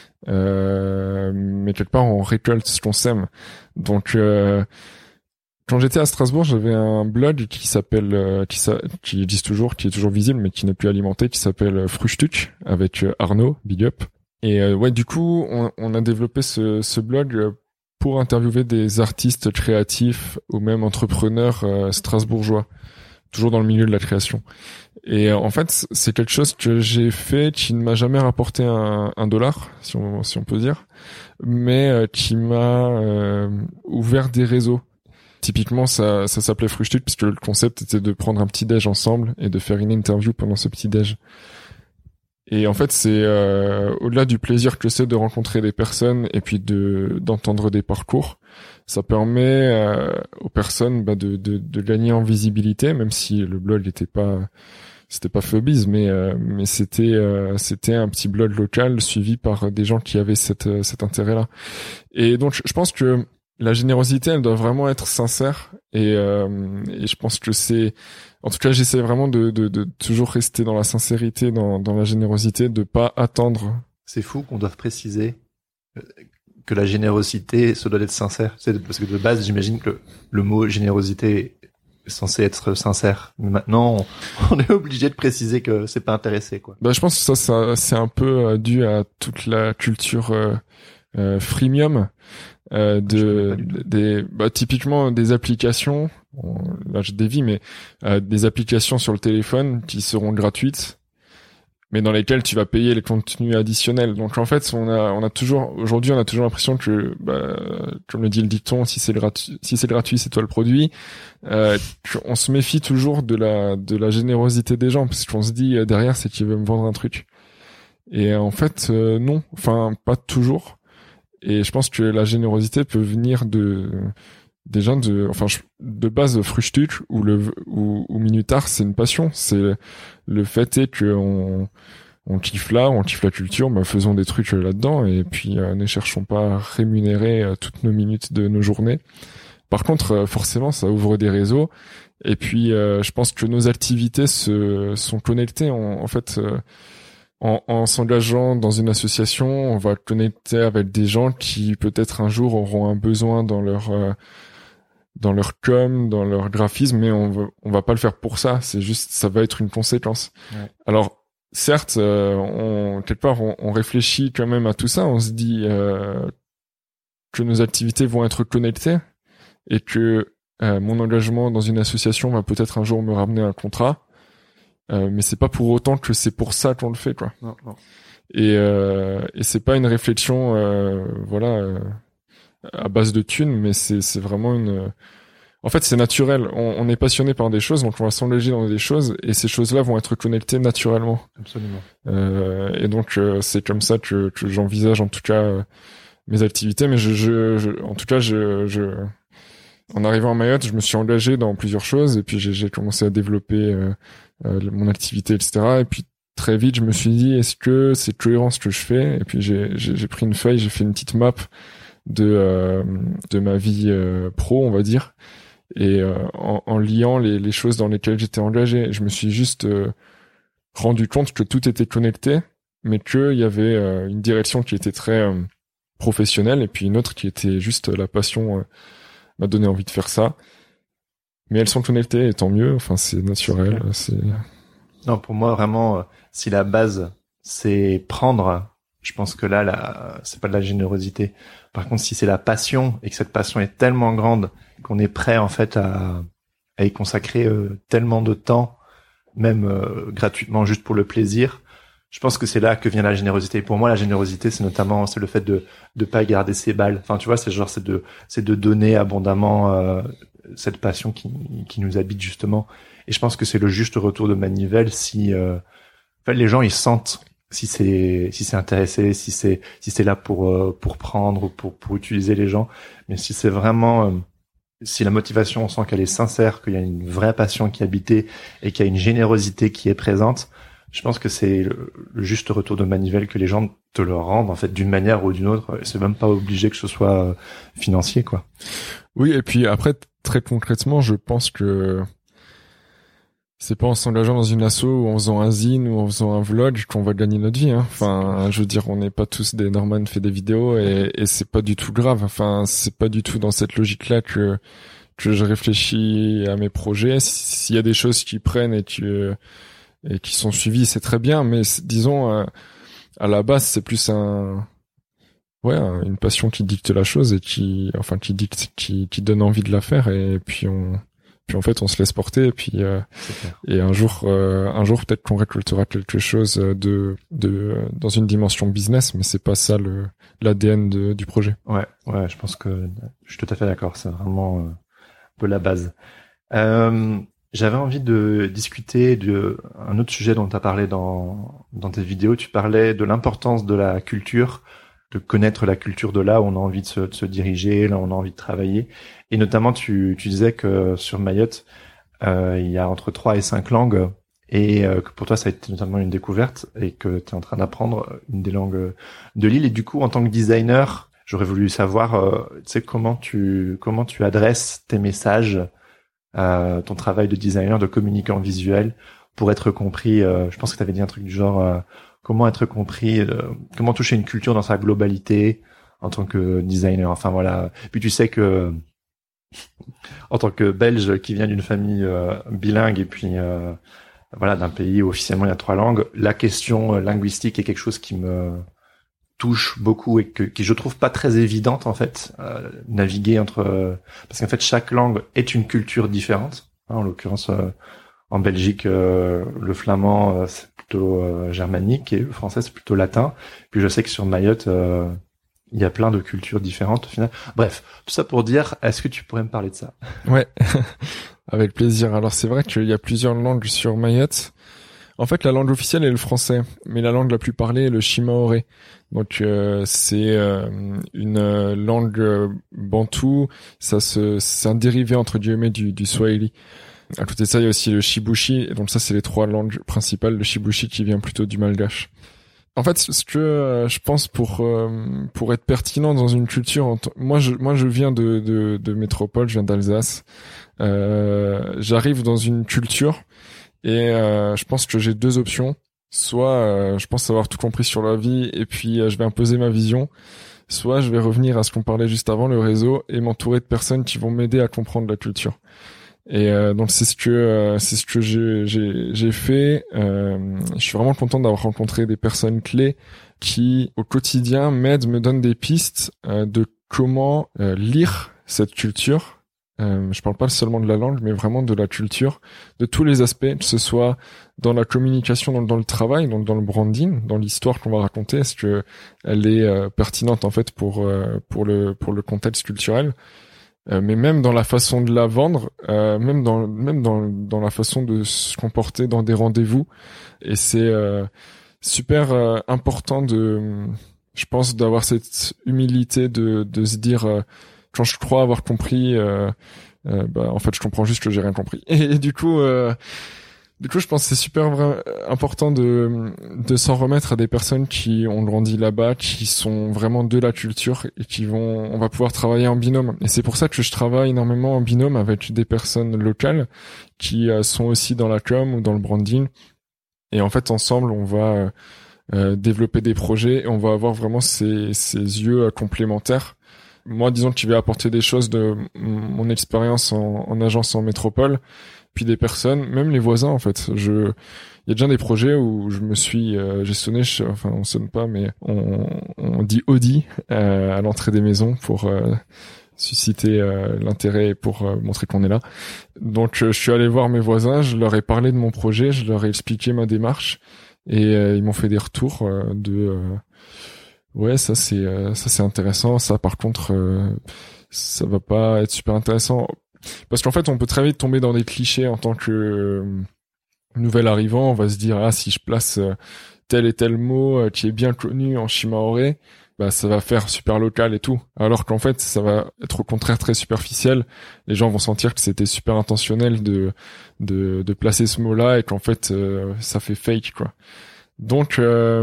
mais quelque part on récolte ce qu'on sème. Donc quand j'étais à Strasbourg, j'avais un blog qui s'appelle qui existe toujours, qui est toujours visible mais qui n'est plus alimenté, qui s'appelle Frühstück avec Arnaud, big up. Et ouais, du coup on a développé ce blog pour interviewer des artistes créatifs ou même entrepreneurs strasbourgeois, toujours dans le milieu de la création. Et en fait, c'est quelque chose que j'ai fait qui ne m'a jamais rapporté un dollar, si on peut dire, mais qui m'a ouvert des réseaux. Typiquement, ça s'appelait Frühstück puisque le concept était de prendre un petit déj ensemble et de faire une interview pendant ce petit déj. Et en fait, c'est au-delà du plaisir que c'est de rencontrer des personnes et puis d'entendre des parcours, ça permet aux personnes de gagner en visibilité, même si le blog c'était pas Phobise, mais c'était un petit blog local suivi par des gens qui avaient cet intérêt-là. Et donc je pense que la générosité, elle doit vraiment être sincère, et je pense que en tout cas, j'essaie vraiment de toujours rester dans la sincérité, dans la générosité, de pas attendre. C'est fou qu'on doive préciser que la générosité, ça doit être sincère. Parce que de base, j'imagine que le mot générosité est censé être sincère. Mais maintenant, on est obligé de préciser que c'est pas intéressé, quoi. Bah, je pense que ça c'est un peu dû à toute la culture freemium. Typiquement des applications, là je dévie, mais des applications sur le téléphone qui seront gratuites, mais dans lesquelles tu vas payer les contenus additionnels. Donc en fait, on a toujours l'impression que, comme le dit le dicton, si c'est gratuit, c'est toi le produit. On se méfie toujours de la générosité des gens, parce qu'on se dit derrière c'est qu'ils veulent me vendre un truc. Et en fait, non, enfin pas toujours. Et je pense que la générosité peut venir de base Frühstück ou Minutard, c'est une passion. C'est le fait est que on kiffe on kiffe la culture, faisons des trucs là-dedans, et puis ne cherchons pas à rémunérer toutes nos minutes de nos journées. Par contre, forcément, ça ouvre des réseaux, et puis je pense que nos activités sont connectées en fait. En s'engageant dans une association, on va connecter avec des gens qui peut-être un jour auront un besoin dans leur com, dans leur graphisme, mais on va pas le faire pour ça. C'est juste, ça va être une conséquence. Ouais. Alors, certes, quelque part, on réfléchit quand même à tout ça. On se dit que nos activités vont être connectées et que mon engagement dans une association va peut-être un jour me ramener un contrat. Mais c'est pas pour autant que c'est pour ça qu'on le fait, quoi. Non. Et c'est pas une réflexion à base de thunes, mais c'est vraiment en fait c'est naturel. On est passionné par des choses, donc on va s'engager dans des choses, et ces choses-là vont être connectées naturellement. Absolument. Et donc c'est comme ça que j'envisage en tout cas mes activités, mais en tout cas, en arrivant à Mayotte, je me suis engagé dans plusieurs choses et puis j'ai commencé à développer mon activité, etc. Et puis très vite, je me suis dit, est-ce que c'est cohérent ce que je fais? Et puis j'ai pris une feuille, j'ai fait une petite map de ma vie pro, on va dire, et en liant les choses dans lesquelles j'étais engagé, je me suis juste rendu compte que tout était connecté, mais qu'il y avait une direction qui était très professionnelle et puis une autre qui était juste la passion m'a donné envie de faire ça. Mais elles sont connectées et tant mieux, enfin c'est naturel, c'est... Non, pour moi vraiment, si la base c'est prendre, je pense que là c'est pas de la générosité. Par contre, si c'est la passion et que cette passion est tellement grande qu'on est prêt en fait à y consacrer tellement de temps, même gratuitement juste pour le plaisir, je pense que c'est là que vient la générosité. Pour moi, la générosité, c'est le fait de pas garder ses balles. Enfin, tu vois, c'est de donner abondamment cette passion qui nous habite justement. Et je pense que c'est le juste retour de manivelle si en fait, les gens ils sentent si c'est intéressé, si c'est là pour prendre ou pour utiliser les gens. Mais si c'est vraiment si la motivation, on sent qu'elle est sincère, qu'il y a une vraie passion qui est habitée et qu'il y a une générosité qui est présente, je pense que c'est le juste retour de manivelle que les gens te le rendent, en fait, d'une manière ou d'une autre. C'est même pas obligé que ce soit financier, quoi. Oui, et puis après, très concrètement, je pense que c'est pas en s'engageant dans une asso ou en faisant un zine ou en faisant un vlog qu'on va gagner notre vie, hein. Enfin, je veux dire, on n'est pas tous des Norman fait des vidéos et c'est pas du tout grave. Enfin, c'est pas du tout dans cette logique-là que je réfléchis à mes projets. S'il y a des choses qui prennent et qui sont suivies, c'est très bien, mais disons, à la base, c'est plus une passion qui dicte la chose et qui donne envie de la faire, et puis en fait on se laisse porter, et puis et un jour peut-être qu'on récoltera quelque chose de dans une dimension business, mais c'est pas ça l'ADN du projet. Ouais, je pense que je suis tout à fait d'accord, c'est vraiment un peu la base. J'avais envie de discuter de un autre sujet dont tu as parlé dans tes vidéos. Tu parlais de l'importance de la culture, de connaître la culture de là où on a envie de se diriger, là où on a envie de travailler. Et notamment, tu disais que sur Mayotte, il y a entre 3 et 5 langues, et que pour toi, ça a été notamment une découverte, et que tu es en train d'apprendre une des langues de l'île. Et du coup, en tant que designer, j'aurais voulu savoir, tu sais, comment tu adresses tes messages, ton travail de designer, de communicant visuel, pour être compris. Je pense que tu avais dit un truc du genre comment être compris, comment toucher une culture dans sa globalité en tant que designer. Enfin voilà. Puis tu sais que en tant que Belge qui vient d'une famille bilingue et puis voilà, d'un pays où officiellement il y a 3 langues, la question linguistique est quelque chose qui me touche beaucoup et qui je trouve pas très évidente en fait, naviguer entre parce qu'en fait chaque langue est une culture différente, hein, en l'occurrence en Belgique le flamand c'est plutôt germanique et le français c'est plutôt latin, puis je sais que sur Mayotte il y a plein de cultures différentes au final. Bref, tout ça pour dire, est-ce que tu pourrais me parler de ça? Ouais, avec plaisir. Alors c'est vrai qu'il y a plusieurs langues sur Mayotte. En fait, la langue officielle est le français, mais la langue la plus parlée est le shimaoré. Donc c'est une langue bantoue, c'est un dérivé entre guillemets du swahili. À côté de ça, il y a aussi le shibushi, et donc ça c'est les 3 langues principales. Le shibushi qui vient plutôt du malgache. En fait, ce que je pense pour être pertinent dans une culture, moi je viens de métropole, je viens d'Alsace. J'arrive dans une culture et je pense que j'ai 2 options. Soit je pense avoir tout compris sur la vie et puis je vais imposer ma vision, soit je vais revenir à ce qu'on parlait juste avant, le réseau, et m'entourer de personnes qui vont m'aider à comprendre la culture. Et donc c'est ce que j'ai fait. Je suis vraiment content d'avoir rencontré des personnes clés qui au quotidien m'aident, me donnent des pistes de comment lire cette culture. Je parle pas seulement de la langue, mais vraiment de la culture, de tous les aspects, que ce soit dans la communication, dans le travail, dans le branding, dans l'histoire qu'on va raconter. Est-ce que elle est pertinente en fait pour le contexte culturel? Mais même dans la façon de la vendre, même dans la façon de se comporter dans des rendez-vous. Et c'est super important Je pense d'avoir cette humilité de se dire quand je crois avoir compris, en fait je comprends juste que j'ai rien compris. Et du coup, je pense que c'est super important de s'en remettre à des personnes qui ont grandi là-bas, qui sont vraiment de la culture et on va pouvoir travailler en binôme. Et c'est pour ça que je travaille énormément en binôme avec des personnes locales qui sont aussi dans la com ou dans le branding. Et en fait, ensemble, on va développer des projets et on va avoir vraiment ces yeux complémentaires. Moi, disons que je vais apporter des choses de mon expérience en agence en métropole, puis des personnes, même les voisins en fait. Il y a déjà des projets où je me suis j'ai sonné, enfin on sonne pas, mais on dit Audi à l'entrée des maisons pour susciter l'intérêt et pour montrer qu'on est là. Donc je suis allé voir mes voisins, je leur ai parlé de mon projet, je leur ai expliqué ma démarche et ils m'ont fait des retours ouais, ça c'est intéressant, ça par contre ça va pas être super intéressant. Parce qu'en fait, on peut très vite tomber dans des clichés en tant que nouvel arrivant. On va se dire, si je place tel et tel mot qui est bien connu en shimaore, bah ça va faire super local et tout. Alors qu'en fait, ça va être au contraire très superficiel. Les gens vont sentir que c'était super intentionnel de placer ce mot-là et qu'en fait, ça fait fake, quoi. Donc,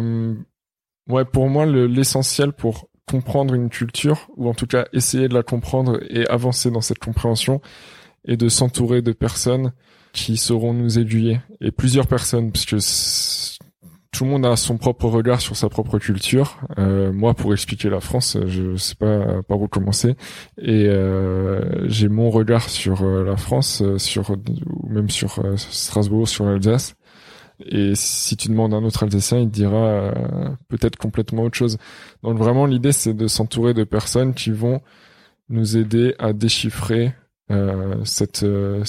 ouais, pour moi, l'essentiel pour comprendre une culture, ou en tout cas essayer de la comprendre et avancer dans cette compréhension, et de s'entourer de personnes qui sauront nous aiguiller. Et plusieurs personnes, parce que tout le monde a son propre regard sur sa propre culture. Moi, pour expliquer la France, je sais pas par où commencer. Et j'ai mon regard sur la France, ou même sur Strasbourg, sur l'Alsace. Et si tu demandes à un autre Alsacien, il te dira peut-être complètement autre chose. Donc vraiment, l'idée, c'est de s'entourer de personnes qui vont nous aider à déchiffrer cette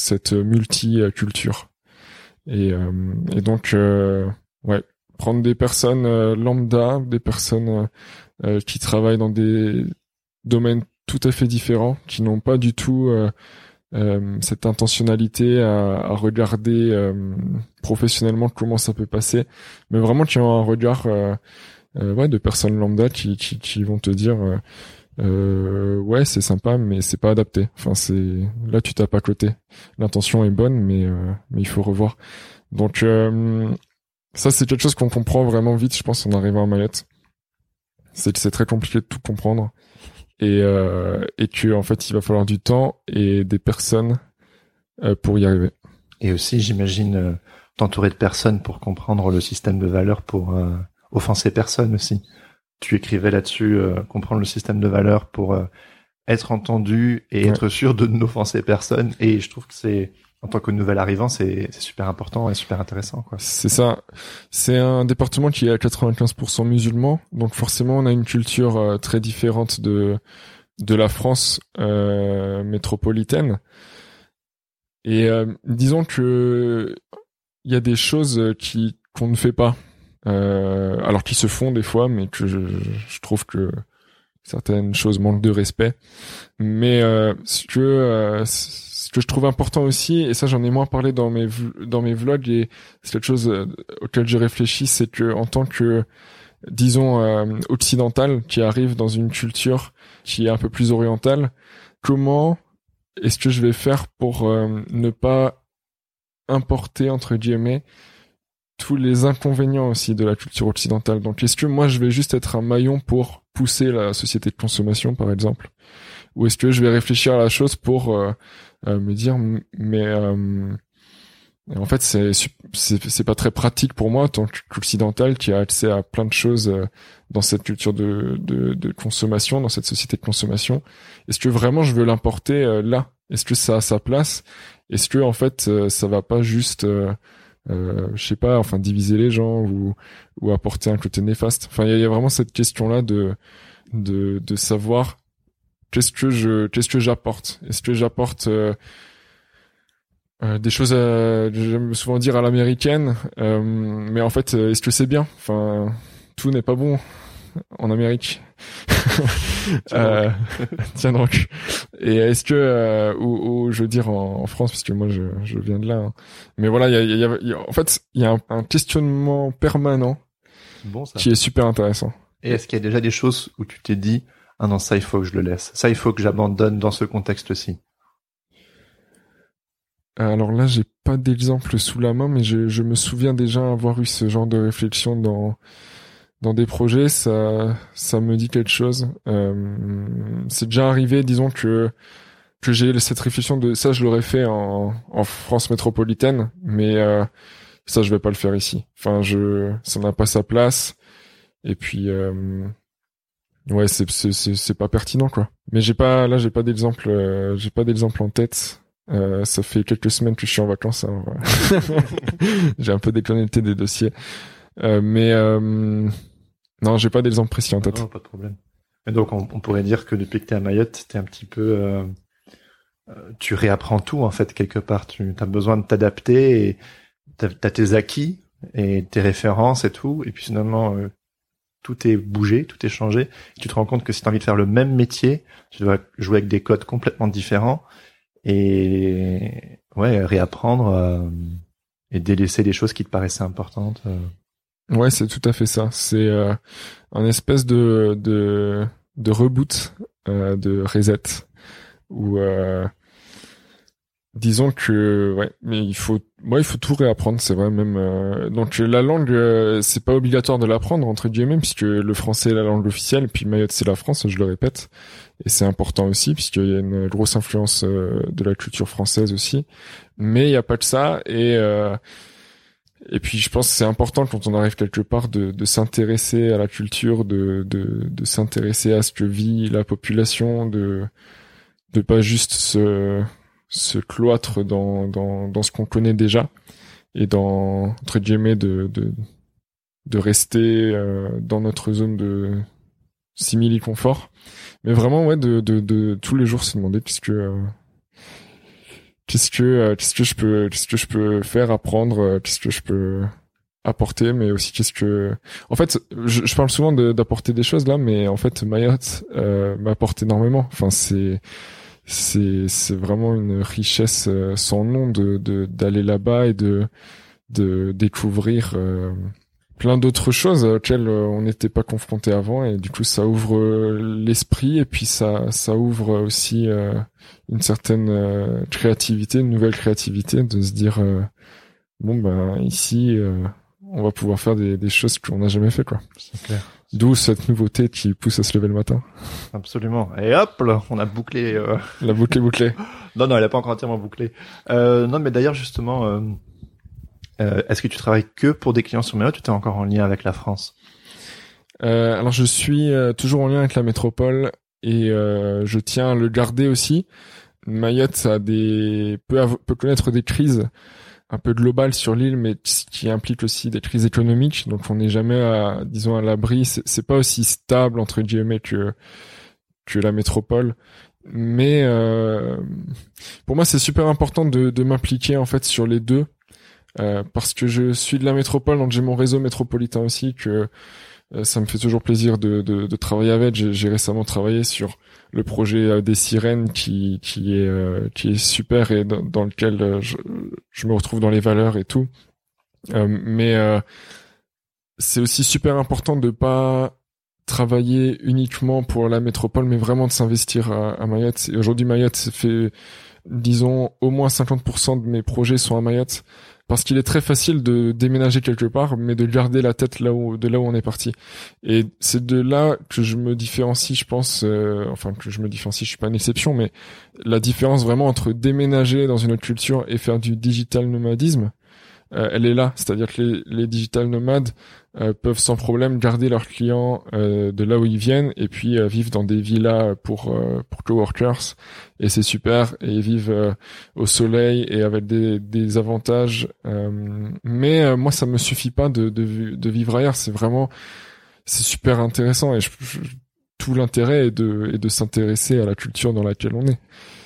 multiculture. Et donc, ouais, prendre des personnes lambda, des personnes qui travaillent dans des domaines tout à fait différents, qui n'ont pas du tout cette intentionnalité à regarder professionnellement comment ça peut passer, mais vraiment qui ont un regard ouais, de personnes lambda qui vont te dire ouais, c'est sympa, mais c'est pas adapté. Enfin, là tu tapes à côté. L'intention est bonne, mais il faut revoir. Donc ça, c'est quelque chose qu'on comprend vraiment vite, je pense, en arrivant à Mayotte. C'est très compliqué de tout comprendre. Et que en fait, il va falloir du temps et des personnes pour y arriver. Et aussi, j'imagine, t'entourer de personnes pour comprendre le système de valeurs, pour offenser personne aussi. Tu écrivais là-dessus, comprendre le système de valeurs pour être entendu et être sûr de n'offenser personne. Et je trouve que c'est, en tant que nouvel arrivant, c'est super important et super intéressant, quoi. C'est ça. C'est un département qui est à 95% musulman, donc forcément on a une culture très différente de la France métropolitaine. Et disons que il y a des choses qu'on ne fait pas, alors qui se font des fois, mais que je trouve que certaines choses manquent de respect. Mais ce que je trouve important aussi, et ça j'en ai moins parlé dans mes vlogs, et c'est quelque chose auquel je réfléchis, c'est que en tant que, disons, occidental, qui arrive dans une culture qui est un peu plus orientale, comment est-ce que je vais faire pour ne pas importer, entre guillemets, tous les inconvénients aussi de la culture occidentale. Donc est-ce que moi je vais juste être un maillon pour pousser la société de consommation, par exemple, ou est-ce que je vais réfléchir à la chose pour me dire mais en fait c'est pas très pratique pour moi en tant qu'occidental qui a accès à plein de choses dans cette culture de consommation, dans cette société de consommation. Est-ce que vraiment je veux l'importer là? Est-ce que ça a sa place? Est-ce que en fait ça va pas juste je sais pas, enfin diviser les gens ou apporter un côté néfaste? Enfin il y a vraiment cette question là de savoir qu'est-ce que j'apporte? Est-ce que j'apporte des choses j'aime souvent dire à l'américaine, mais en fait est-ce que c'est bien? Enfin tout n'est pas bon en Amérique. Tiens donc. Et est-ce que ou je veux dire en France, parce que moi je viens de là, hein. Mais voilà, il y a en fait il y a un questionnement permanent, bon, ça, qui est super intéressant. Et est-ce qu'il y a déjà des choses où tu t'es dit, ah non, ça il faut que je le laisse, ça il faut que j'abandonne dans ce contexte-ci? Alors là, j'ai pas d'exemple sous la main, mais je me souviens déjà avoir eu ce genre de réflexion dans des projets. Ça me dit quelque chose. C'est déjà arrivé, disons que j'ai cette réflexion de ça, je l'aurais fait en France métropolitaine, mais ça, je vais pas le faire ici. Enfin, ça n'a pas sa place. Et puis, ouais, c'est pas pertinent, quoi. Mais j'ai pas d'exemple en tête. Ça fait quelques semaines que je suis en vacances, alors j'ai un peu déconnecté des dossiers. Non, j'ai pas d'exemple précis en tête. Non, pas de problème. Et donc, on pourrait dire que depuis que t'es à Mayotte, t'es un petit peu, tu réapprends tout, en fait, quelque part. Tu as besoin de t'adapter et t'as tes acquis et tes références et tout. Et puis, finalement, tout est bougé, tout est changé. Tu te rends compte que si t'as envie de faire le même métier, tu dois jouer avec des codes complètement différents. Et ouais, réapprendre et délaisser les choses qui te paraissaient importantes. Ouais, c'est tout à fait ça. C'est un espèce de reboot, de reset, où disons que ouais, mais il faut tout réapprendre, c'est vrai même. Donc la langue, c'est pas obligatoire de l'apprendre entre guillemets, puisque le français est la langue officielle, puis Mayotte c'est la France, je le répète. Et c'est important aussi, puisqu'il y a une grosse influence de la culture française aussi. Mais il n'y a pas que ça. Et puis je pense que c'est important quand on arrive quelque part de s'intéresser à la culture, de s'intéresser à ce que vit la population, de pas juste se cloître dans ce qu'on connaît déjà, et entre guillemets de rester dans notre zone de simili-confort. Mais vraiment, ouais, de tous les jours se demander qu'est-ce que je peux faire, apprendre, qu'est-ce que je peux apporter, mais aussi en fait, je parle souvent d'apporter des choses là, mais en fait, Mayotte, m'apporte énormément. Enfin, c'est vraiment une richesse sans nom d'aller là-bas et de découvrir, plein d'autres choses auxquelles on n'était pas confronté avant, et du coup ça ouvre l'esprit, et puis ça ouvre aussi une certaine créativité, une nouvelle créativité, de se dire bon ben ici on va pouvoir faire des choses qu'on n'a jamais fait, quoi. C'est clair. D'où cette nouveauté qui pousse à se lever le matin. Absolument. Et hop là, on a bouclé. La boucle est bouclée. Non, elle a pas encore entièrement bouclé. Non, mais d'ailleurs justement. Est-ce que tu travailles que pour des clients sur Mayotte ou tu es encore en lien avec la France? Alors je suis toujours en lien avec la métropole, et je tiens à le garder aussi. Mayotte peut connaître des crises un peu globales sur l'île, mais qui impliquent aussi des crises économiques. Donc on n'est jamais à l'abri. C'est pas aussi stable entre guillemets que la métropole. Mais pour moi c'est super important de m'impliquer en fait sur les deux. Parce que je suis de la métropole, donc j'ai mon réseau métropolitain aussi, que ça me fait toujours plaisir de travailler avec. J'ai récemment travaillé sur le projet des sirènes qui est super, et dans lequel je me retrouve dans les valeurs et tout. Mais c'est aussi super important de pas travailler uniquement pour la métropole, mais vraiment de s'investir à Mayotte. Et aujourd'hui, Mayotte fait, disons, au moins 50% de mes projets sont à Mayotte. Parce qu'il est très facile de déménager quelque part, mais de garder la tête de là où on est parti. Et c'est de là que je me différencie, je pense, je suis pas une exception, mais la différence vraiment entre déménager dans une autre culture et faire du digital nomadisme, elle est là. C'est-à-dire que les digital nomades peuvent sans problème garder leurs clients de là où ils viennent, et puis vivent dans des villas pour coworkers, et c'est super, et ils vivent au soleil et avec des avantages. Mais moi ça me suffit pas de vivre ailleurs. C'est super intéressant, et tout l'intérêt est de s'intéresser à la culture dans laquelle on est.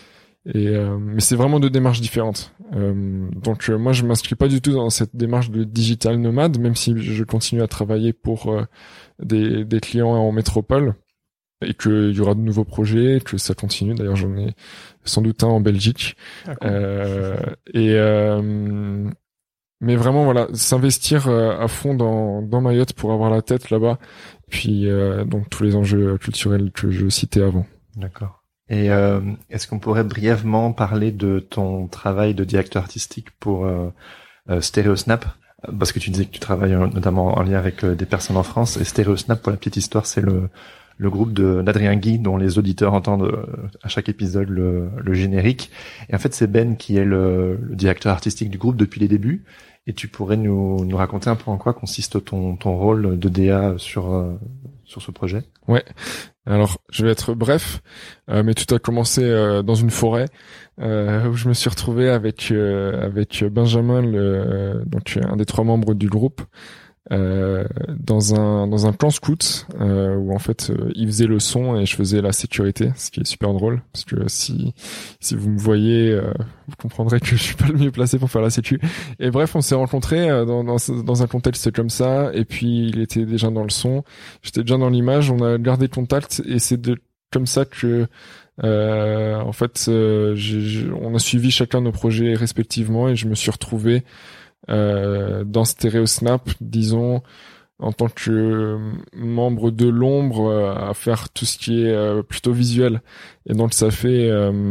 Mais c'est vraiment deux démarches différentes. Donc moi je m'inscris pas du tout dans cette démarche de digital nomade, même si je continue à travailler pour des clients en métropole, et qu'il y aura de nouveaux projets, que ça continue. D'ailleurs j'en ai sans doute un en Belgique. Ah, cool. Mais vraiment, voilà, s'investir à fond dans Mayotte pour avoir la tête là-bas. Puis donc tous les enjeux culturels que je citais avant. D'accord. Et est-ce qu'on pourrait brièvement parler de ton travail de directeur artistique pour Stereosnap? Parce que tu disais que tu travailles notamment en lien avec des personnes en France. Et Stereosnap, pour la petite histoire, c'est le groupe d'Adrien Guy, dont les auditeurs entendent à chaque épisode le générique. Et en fait, c'est Ben qui est le directeur artistique du groupe depuis les débuts. Et tu pourrais nous raconter un peu en quoi consiste ton rôle de DA sur ce projet? Ouais. Alors, je vais être bref, mais tout a commencé dans une forêt où je me suis retrouvé avec Benjamin, donc un des 3 membres du groupe, dans un camp scout où en fait il faisait le son et je faisais la sécurité, ce qui est super drôle parce que si vous me voyez vous comprendrez que je suis pas le mieux placé pour faire la sécu. Et bref, on s'est rencontrés dans un contexte comme ça, et puis il était déjà dans le son, j'étais déjà dans l'image, on a gardé contact, et c'est comme ça que en fait on a suivi chacun nos projets respectivement, et je me suis retrouvé dans Stereosnap, disons, en tant que membre de l'ombre, à faire tout ce qui est plutôt visuel. Et donc ça fait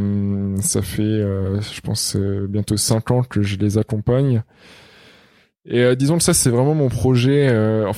je pense bientôt 5 ans que je les accompagne. Et disons que ça, c'est vraiment mon projet,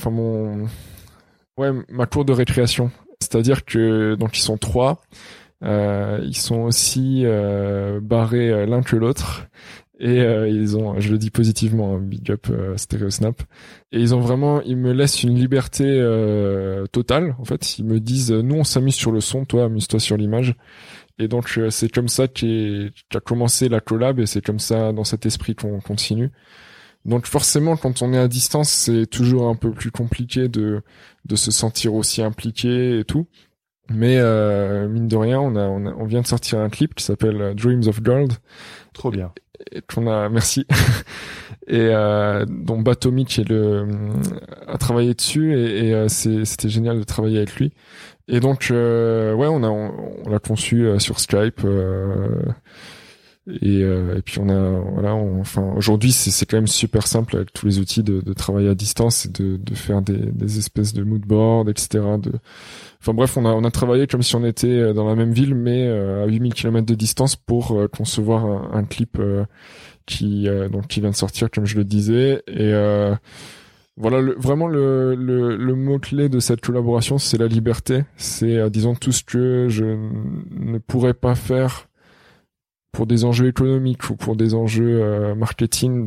ma cour de récréation. C'est-à-dire que donc ils sont 3, ils sont aussi barrés l'un que l'autre. Et ils ont, je le dis positivement, big up Stereosnap. Et ils me laissent une liberté totale. En fait, ils me disent, nous on s'amuse sur le son, toi amuse-toi sur l'image. Et donc c'est comme ça qu'a commencé la collab, et c'est comme ça, dans cet esprit, qu'on continue. Donc forcément, quand on est à distance, c'est toujours un peu plus compliqué de se sentir aussi impliqué et tout. Mais mine de rien, on vient de sortir un clip qui s'appelle Dreams of Gold. Trop bien. Et merci. Et dont Batomic a travaillé dessus, et c'était génial de travailler avec lui. Et donc on l'a conçu sur Skype, et puis aujourd'hui c'est quand même super simple avec tous les outils de travailler à distance, et de faire des espèces de mood boards, etc. Enfin bref, on a travaillé comme si on était dans la même ville, mais à 8000 km de distance, pour concevoir un clip qui vient de sortir, comme je le disais. Et voilà, vraiment le mot-clé de cette collaboration, c'est la liberté. C'est, disons, tout ce que je ne pourrais pas faire pour des enjeux économiques ou pour des enjeux marketing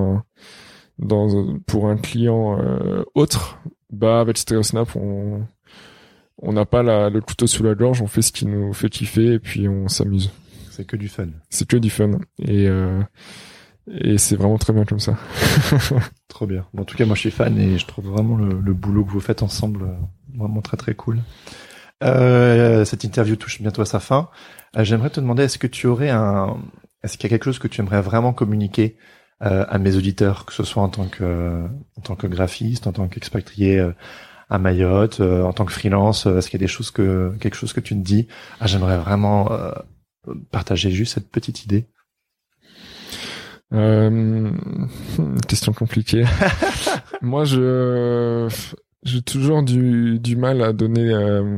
pour un client autre. Avec Stereosnap, on n'a pas le couteau sous la gorge, on fait ce qui nous fait kiffer, et puis on s'amuse. C'est que du fun. C'est que du fun. Et c'est vraiment très bien comme ça. Trop bien. Bon, en tout cas, moi je suis fan, et je trouve vraiment le boulot que vous faites ensemble vraiment très très cool. Cette interview touche bientôt à sa fin. J'aimerais te demander, est-ce qu'il y a quelque chose que tu aimerais vraiment communiquer à mes auditeurs, que ce soit en tant que graphiste, en tant qu'expatrié à Mayotte, en tant que freelance? Est-ce qu'il y a quelque chose que tu te dis, j'aimerais vraiment partager juste cette petite idée? Question compliquée. Moi, j'ai toujours du mal à donner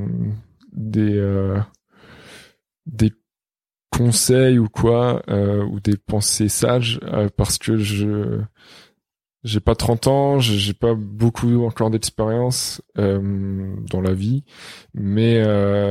des conseils ou quoi, ou des pensées sages, parce que j'ai pas 30 ans, j'ai pas beaucoup encore d'expérience dans la vie, mais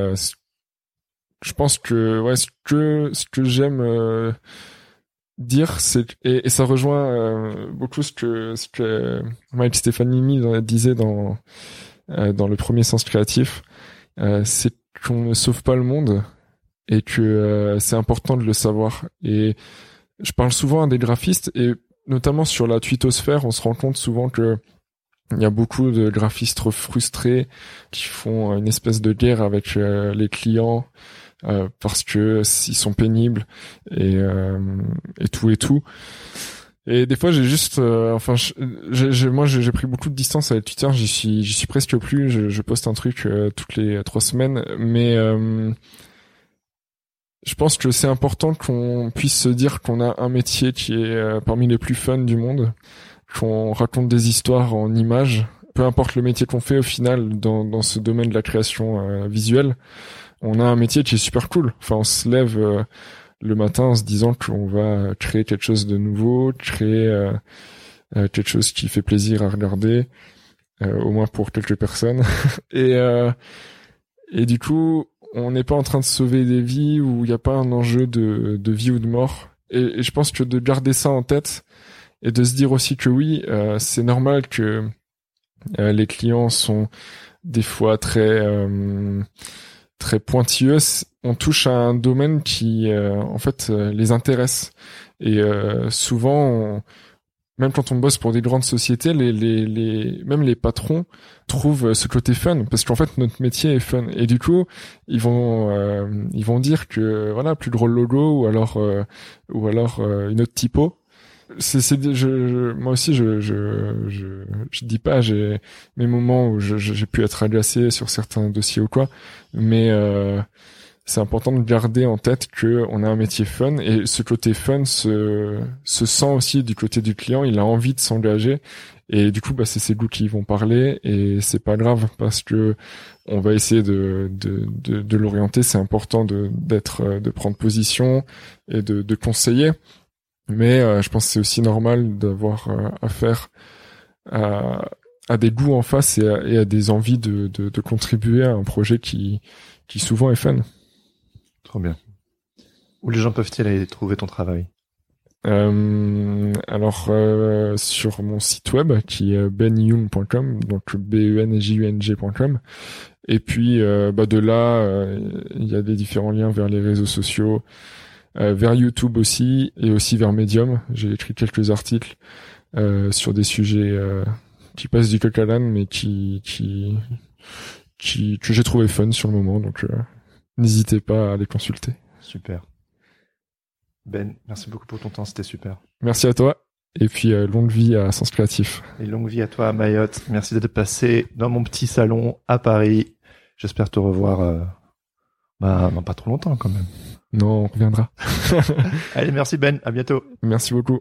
je pense que ce que j'aime dire, c'est, et ça rejoint beaucoup ce que Mike Stefanini disait dans le premier Sens Créatif, c'est qu'on ne sauve pas le monde, et que c'est important de le savoir. Et je parle souvent à des graphistes, et notamment sur la twittosphère, on se rend compte souvent que il y a beaucoup de graphistes frustrés qui font une espèce de guerre avec les clients, parce que ils sont pénibles, et tout. Et des fois, j'ai juste, j'ai pris beaucoup de distance avec Twitter. J'y suis presque plus. Je poste un truc toutes les 3 semaines, mais Je pense que c'est important qu'on puisse se dire qu'on a un métier qui est parmi les plus fun du monde, qu'on raconte des histoires en images, peu importe le métier qu'on fait au final dans ce domaine de la création visuelle, on a un métier qui est super cool. Enfin, on se lève le matin en se disant qu'on va créer quelque chose de nouveau, créer quelque chose qui fait plaisir à regarder, au moins pour quelques personnes. Et du coup, on n'est pas en train de sauver des vies où il n'y a pas un enjeu de vie ou de mort. Et je pense que de garder ça en tête et de se dire aussi que oui, c'est normal que les clients sont des fois très pointilleux. On touche à un domaine qui en fait les intéresse. Et souvent, même quand on bosse pour des grandes sociétés, même les patrons trouvent ce côté fun, parce qu'en fait notre métier est fun. Et du coup, ils vont dire que voilà, plus gros logo ou alors une autre typo. Moi aussi, je dis pas, j'ai mes moments où j'ai pu être agacé sur certains dossiers ou quoi, mais c'est important de garder en tête que on a un métier fun, et ce côté fun se sent aussi du côté du client. Il a envie de s'engager, et du coup, c'est ses goûts qui vont parler, et c'est pas grave, parce que on va essayer de l'orienter. C'est important de prendre position et de conseiller. Mais je pense que c'est aussi normal d'avoir affaire à des goûts en face et à des envies de contribuer à un projet qui souvent est fun. Trop bien. Où les gens peuvent-ils aller trouver ton travail? Alors sur mon site web qui est benyoung.com, donc benjung.com, et puis de là il y a des différents liens vers les réseaux sociaux, vers YouTube aussi, et aussi vers Medium. J'ai écrit quelques articles sur des sujets qui passent du coq à l'âne, mais que j'ai trouvé fun sur le moment, donc n'hésitez pas à les consulter. Super. Ben, merci beaucoup pour ton temps, c'était super. Merci à toi, et puis longue vie à Sens Créatif. Et longue vie à toi à Mayotte. Merci d'être passé dans mon petit salon à Paris. J'espère te revoir dans pas trop longtemps quand même. Non, on reviendra. Allez, merci Ben, à bientôt. Merci beaucoup.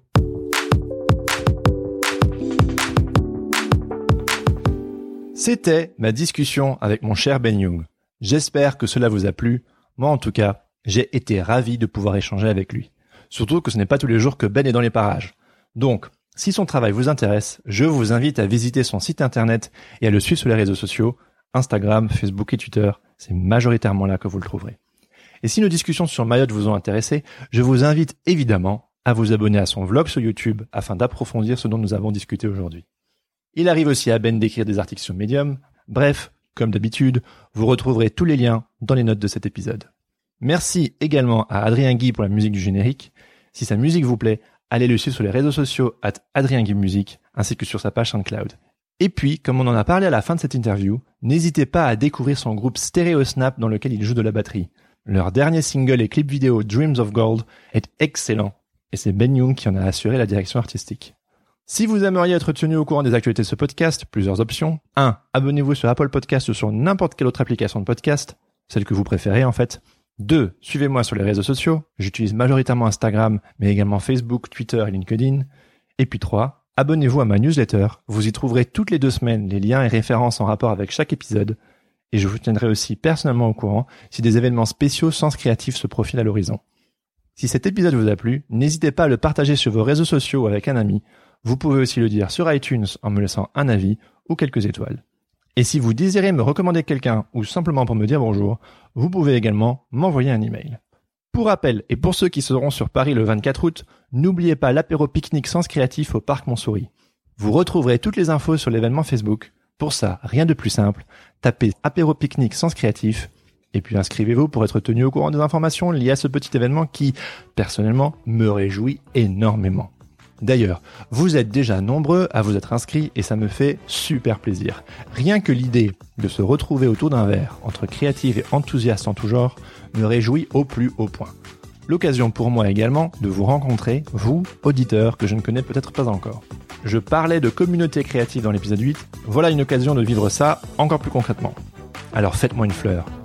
C'était ma discussion avec mon cher Ben Young. J'espère que cela vous a plu. Moi, en tout cas, j'ai été ravi de pouvoir échanger avec lui. Surtout que ce n'est pas tous les jours que Ben est dans les parages. Donc, si son travail vous intéresse, je vous invite à visiter son site internet et à le suivre sur les réseaux sociaux, Instagram, Facebook et Twitter. C'est majoritairement là que vous le trouverez. Et si nos discussions sur Mayotte vous ont intéressé, je vous invite évidemment à vous abonner à son vlog sur YouTube afin d'approfondir ce dont nous avons discuté aujourd'hui. Il arrive aussi à Ben d'écrire des articles sur Medium. Bref, comme d'habitude, vous retrouverez tous les liens dans les notes de cet épisode. Merci également à Adrien Guy pour la musique du générique. Si sa musique vous plaît, allez le suivre sur les réseaux sociaux @AdrienGuy_Music ainsi que sur sa page SoundCloud. Et puis, comme on en a parlé à la fin de cette interview, n'hésitez pas à découvrir son groupe Stereo Snap dans lequel il joue de la batterie. Leur dernier single et clip vidéo Dreams of Gold est excellent, et c'est Ben Young qui en a assuré la direction artistique. Si vous aimeriez être tenu au courant des actualités de ce podcast, plusieurs options. 1. Abonnez-vous sur Apple Podcast ou sur n'importe quelle autre application de podcast, celle que vous préférez en fait. 2. Suivez-moi sur les réseaux sociaux. J'utilise majoritairement Instagram, mais également Facebook, Twitter et LinkedIn. Et puis 3. Abonnez-vous à ma newsletter. Vous y trouverez toutes les 2 semaines les liens et références en rapport avec chaque épisode. Et je vous tiendrai aussi personnellement au courant si des événements spéciaux Sens Créatif se profilent à l'horizon. Si cet épisode vous a plu, n'hésitez pas à le partager sur vos réseaux sociaux ou avec un ami. Vous pouvez aussi le dire sur iTunes en me laissant un avis ou quelques étoiles. Et si vous désirez me recommander quelqu'un ou simplement pour me dire bonjour, vous pouvez également m'envoyer un email. Pour rappel, et pour ceux qui seront sur Paris le 24 août, n'oubliez pas l'apéro pique-nique Sens Créatif au Parc Montsouris. Vous retrouverez toutes les infos sur l'événement Facebook. Pour ça, rien de plus simple, tapez apéro pique-nique Sens Créatif et puis inscrivez-vous pour être tenu au courant des informations liées à ce petit événement qui, personnellement, me réjouit énormément. D'ailleurs, vous êtes déjà nombreux à vous être inscrits et ça me fait super plaisir. Rien que l'idée de se retrouver autour d'un verre entre créatifs et enthousiastes en tout genre me réjouit au plus haut point. L'occasion pour moi également de vous rencontrer, vous, auditeurs, que je ne connais peut-être pas encore. Je parlais de communauté créative dans l'épisode 8, voilà une occasion de vivre ça encore plus concrètement. Alors faites-moi une fleur,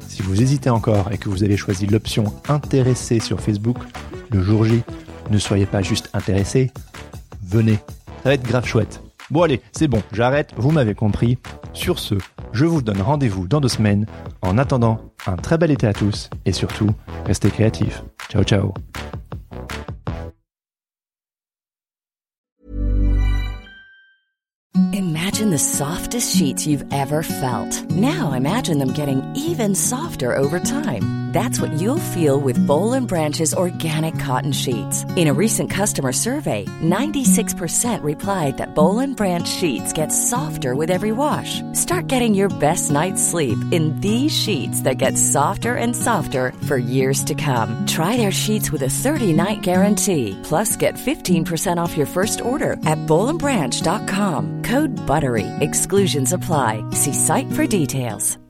Si vous hésitez encore et que vous avez choisi l'option intéressé sur Facebook, le jour J, ne soyez pas juste intéressé, venez. Ça va être grave chouette. Bon allez, c'est bon, j'arrête, vous m'avez compris. Sur ce, je vous donne rendez-vous dans 2 semaines. En attendant, un très bel été à tous et surtout, restez créatifs. Ciao ciao. Imagine the softest sheets you've ever felt. Now imagine them getting even softer over time. That's what you'll feel with Boll & Branch's organic cotton sheets. In a recent customer survey, 96% replied that Boll & Branch sheets get softer with every wash. Start getting your best night's sleep in these sheets that get softer and softer for years to come. Try their sheets with a 30-night guarantee. Plus, get 15% off your first order at bollandbranch.com. Code BUTTERY. Exclusions apply. See site for details.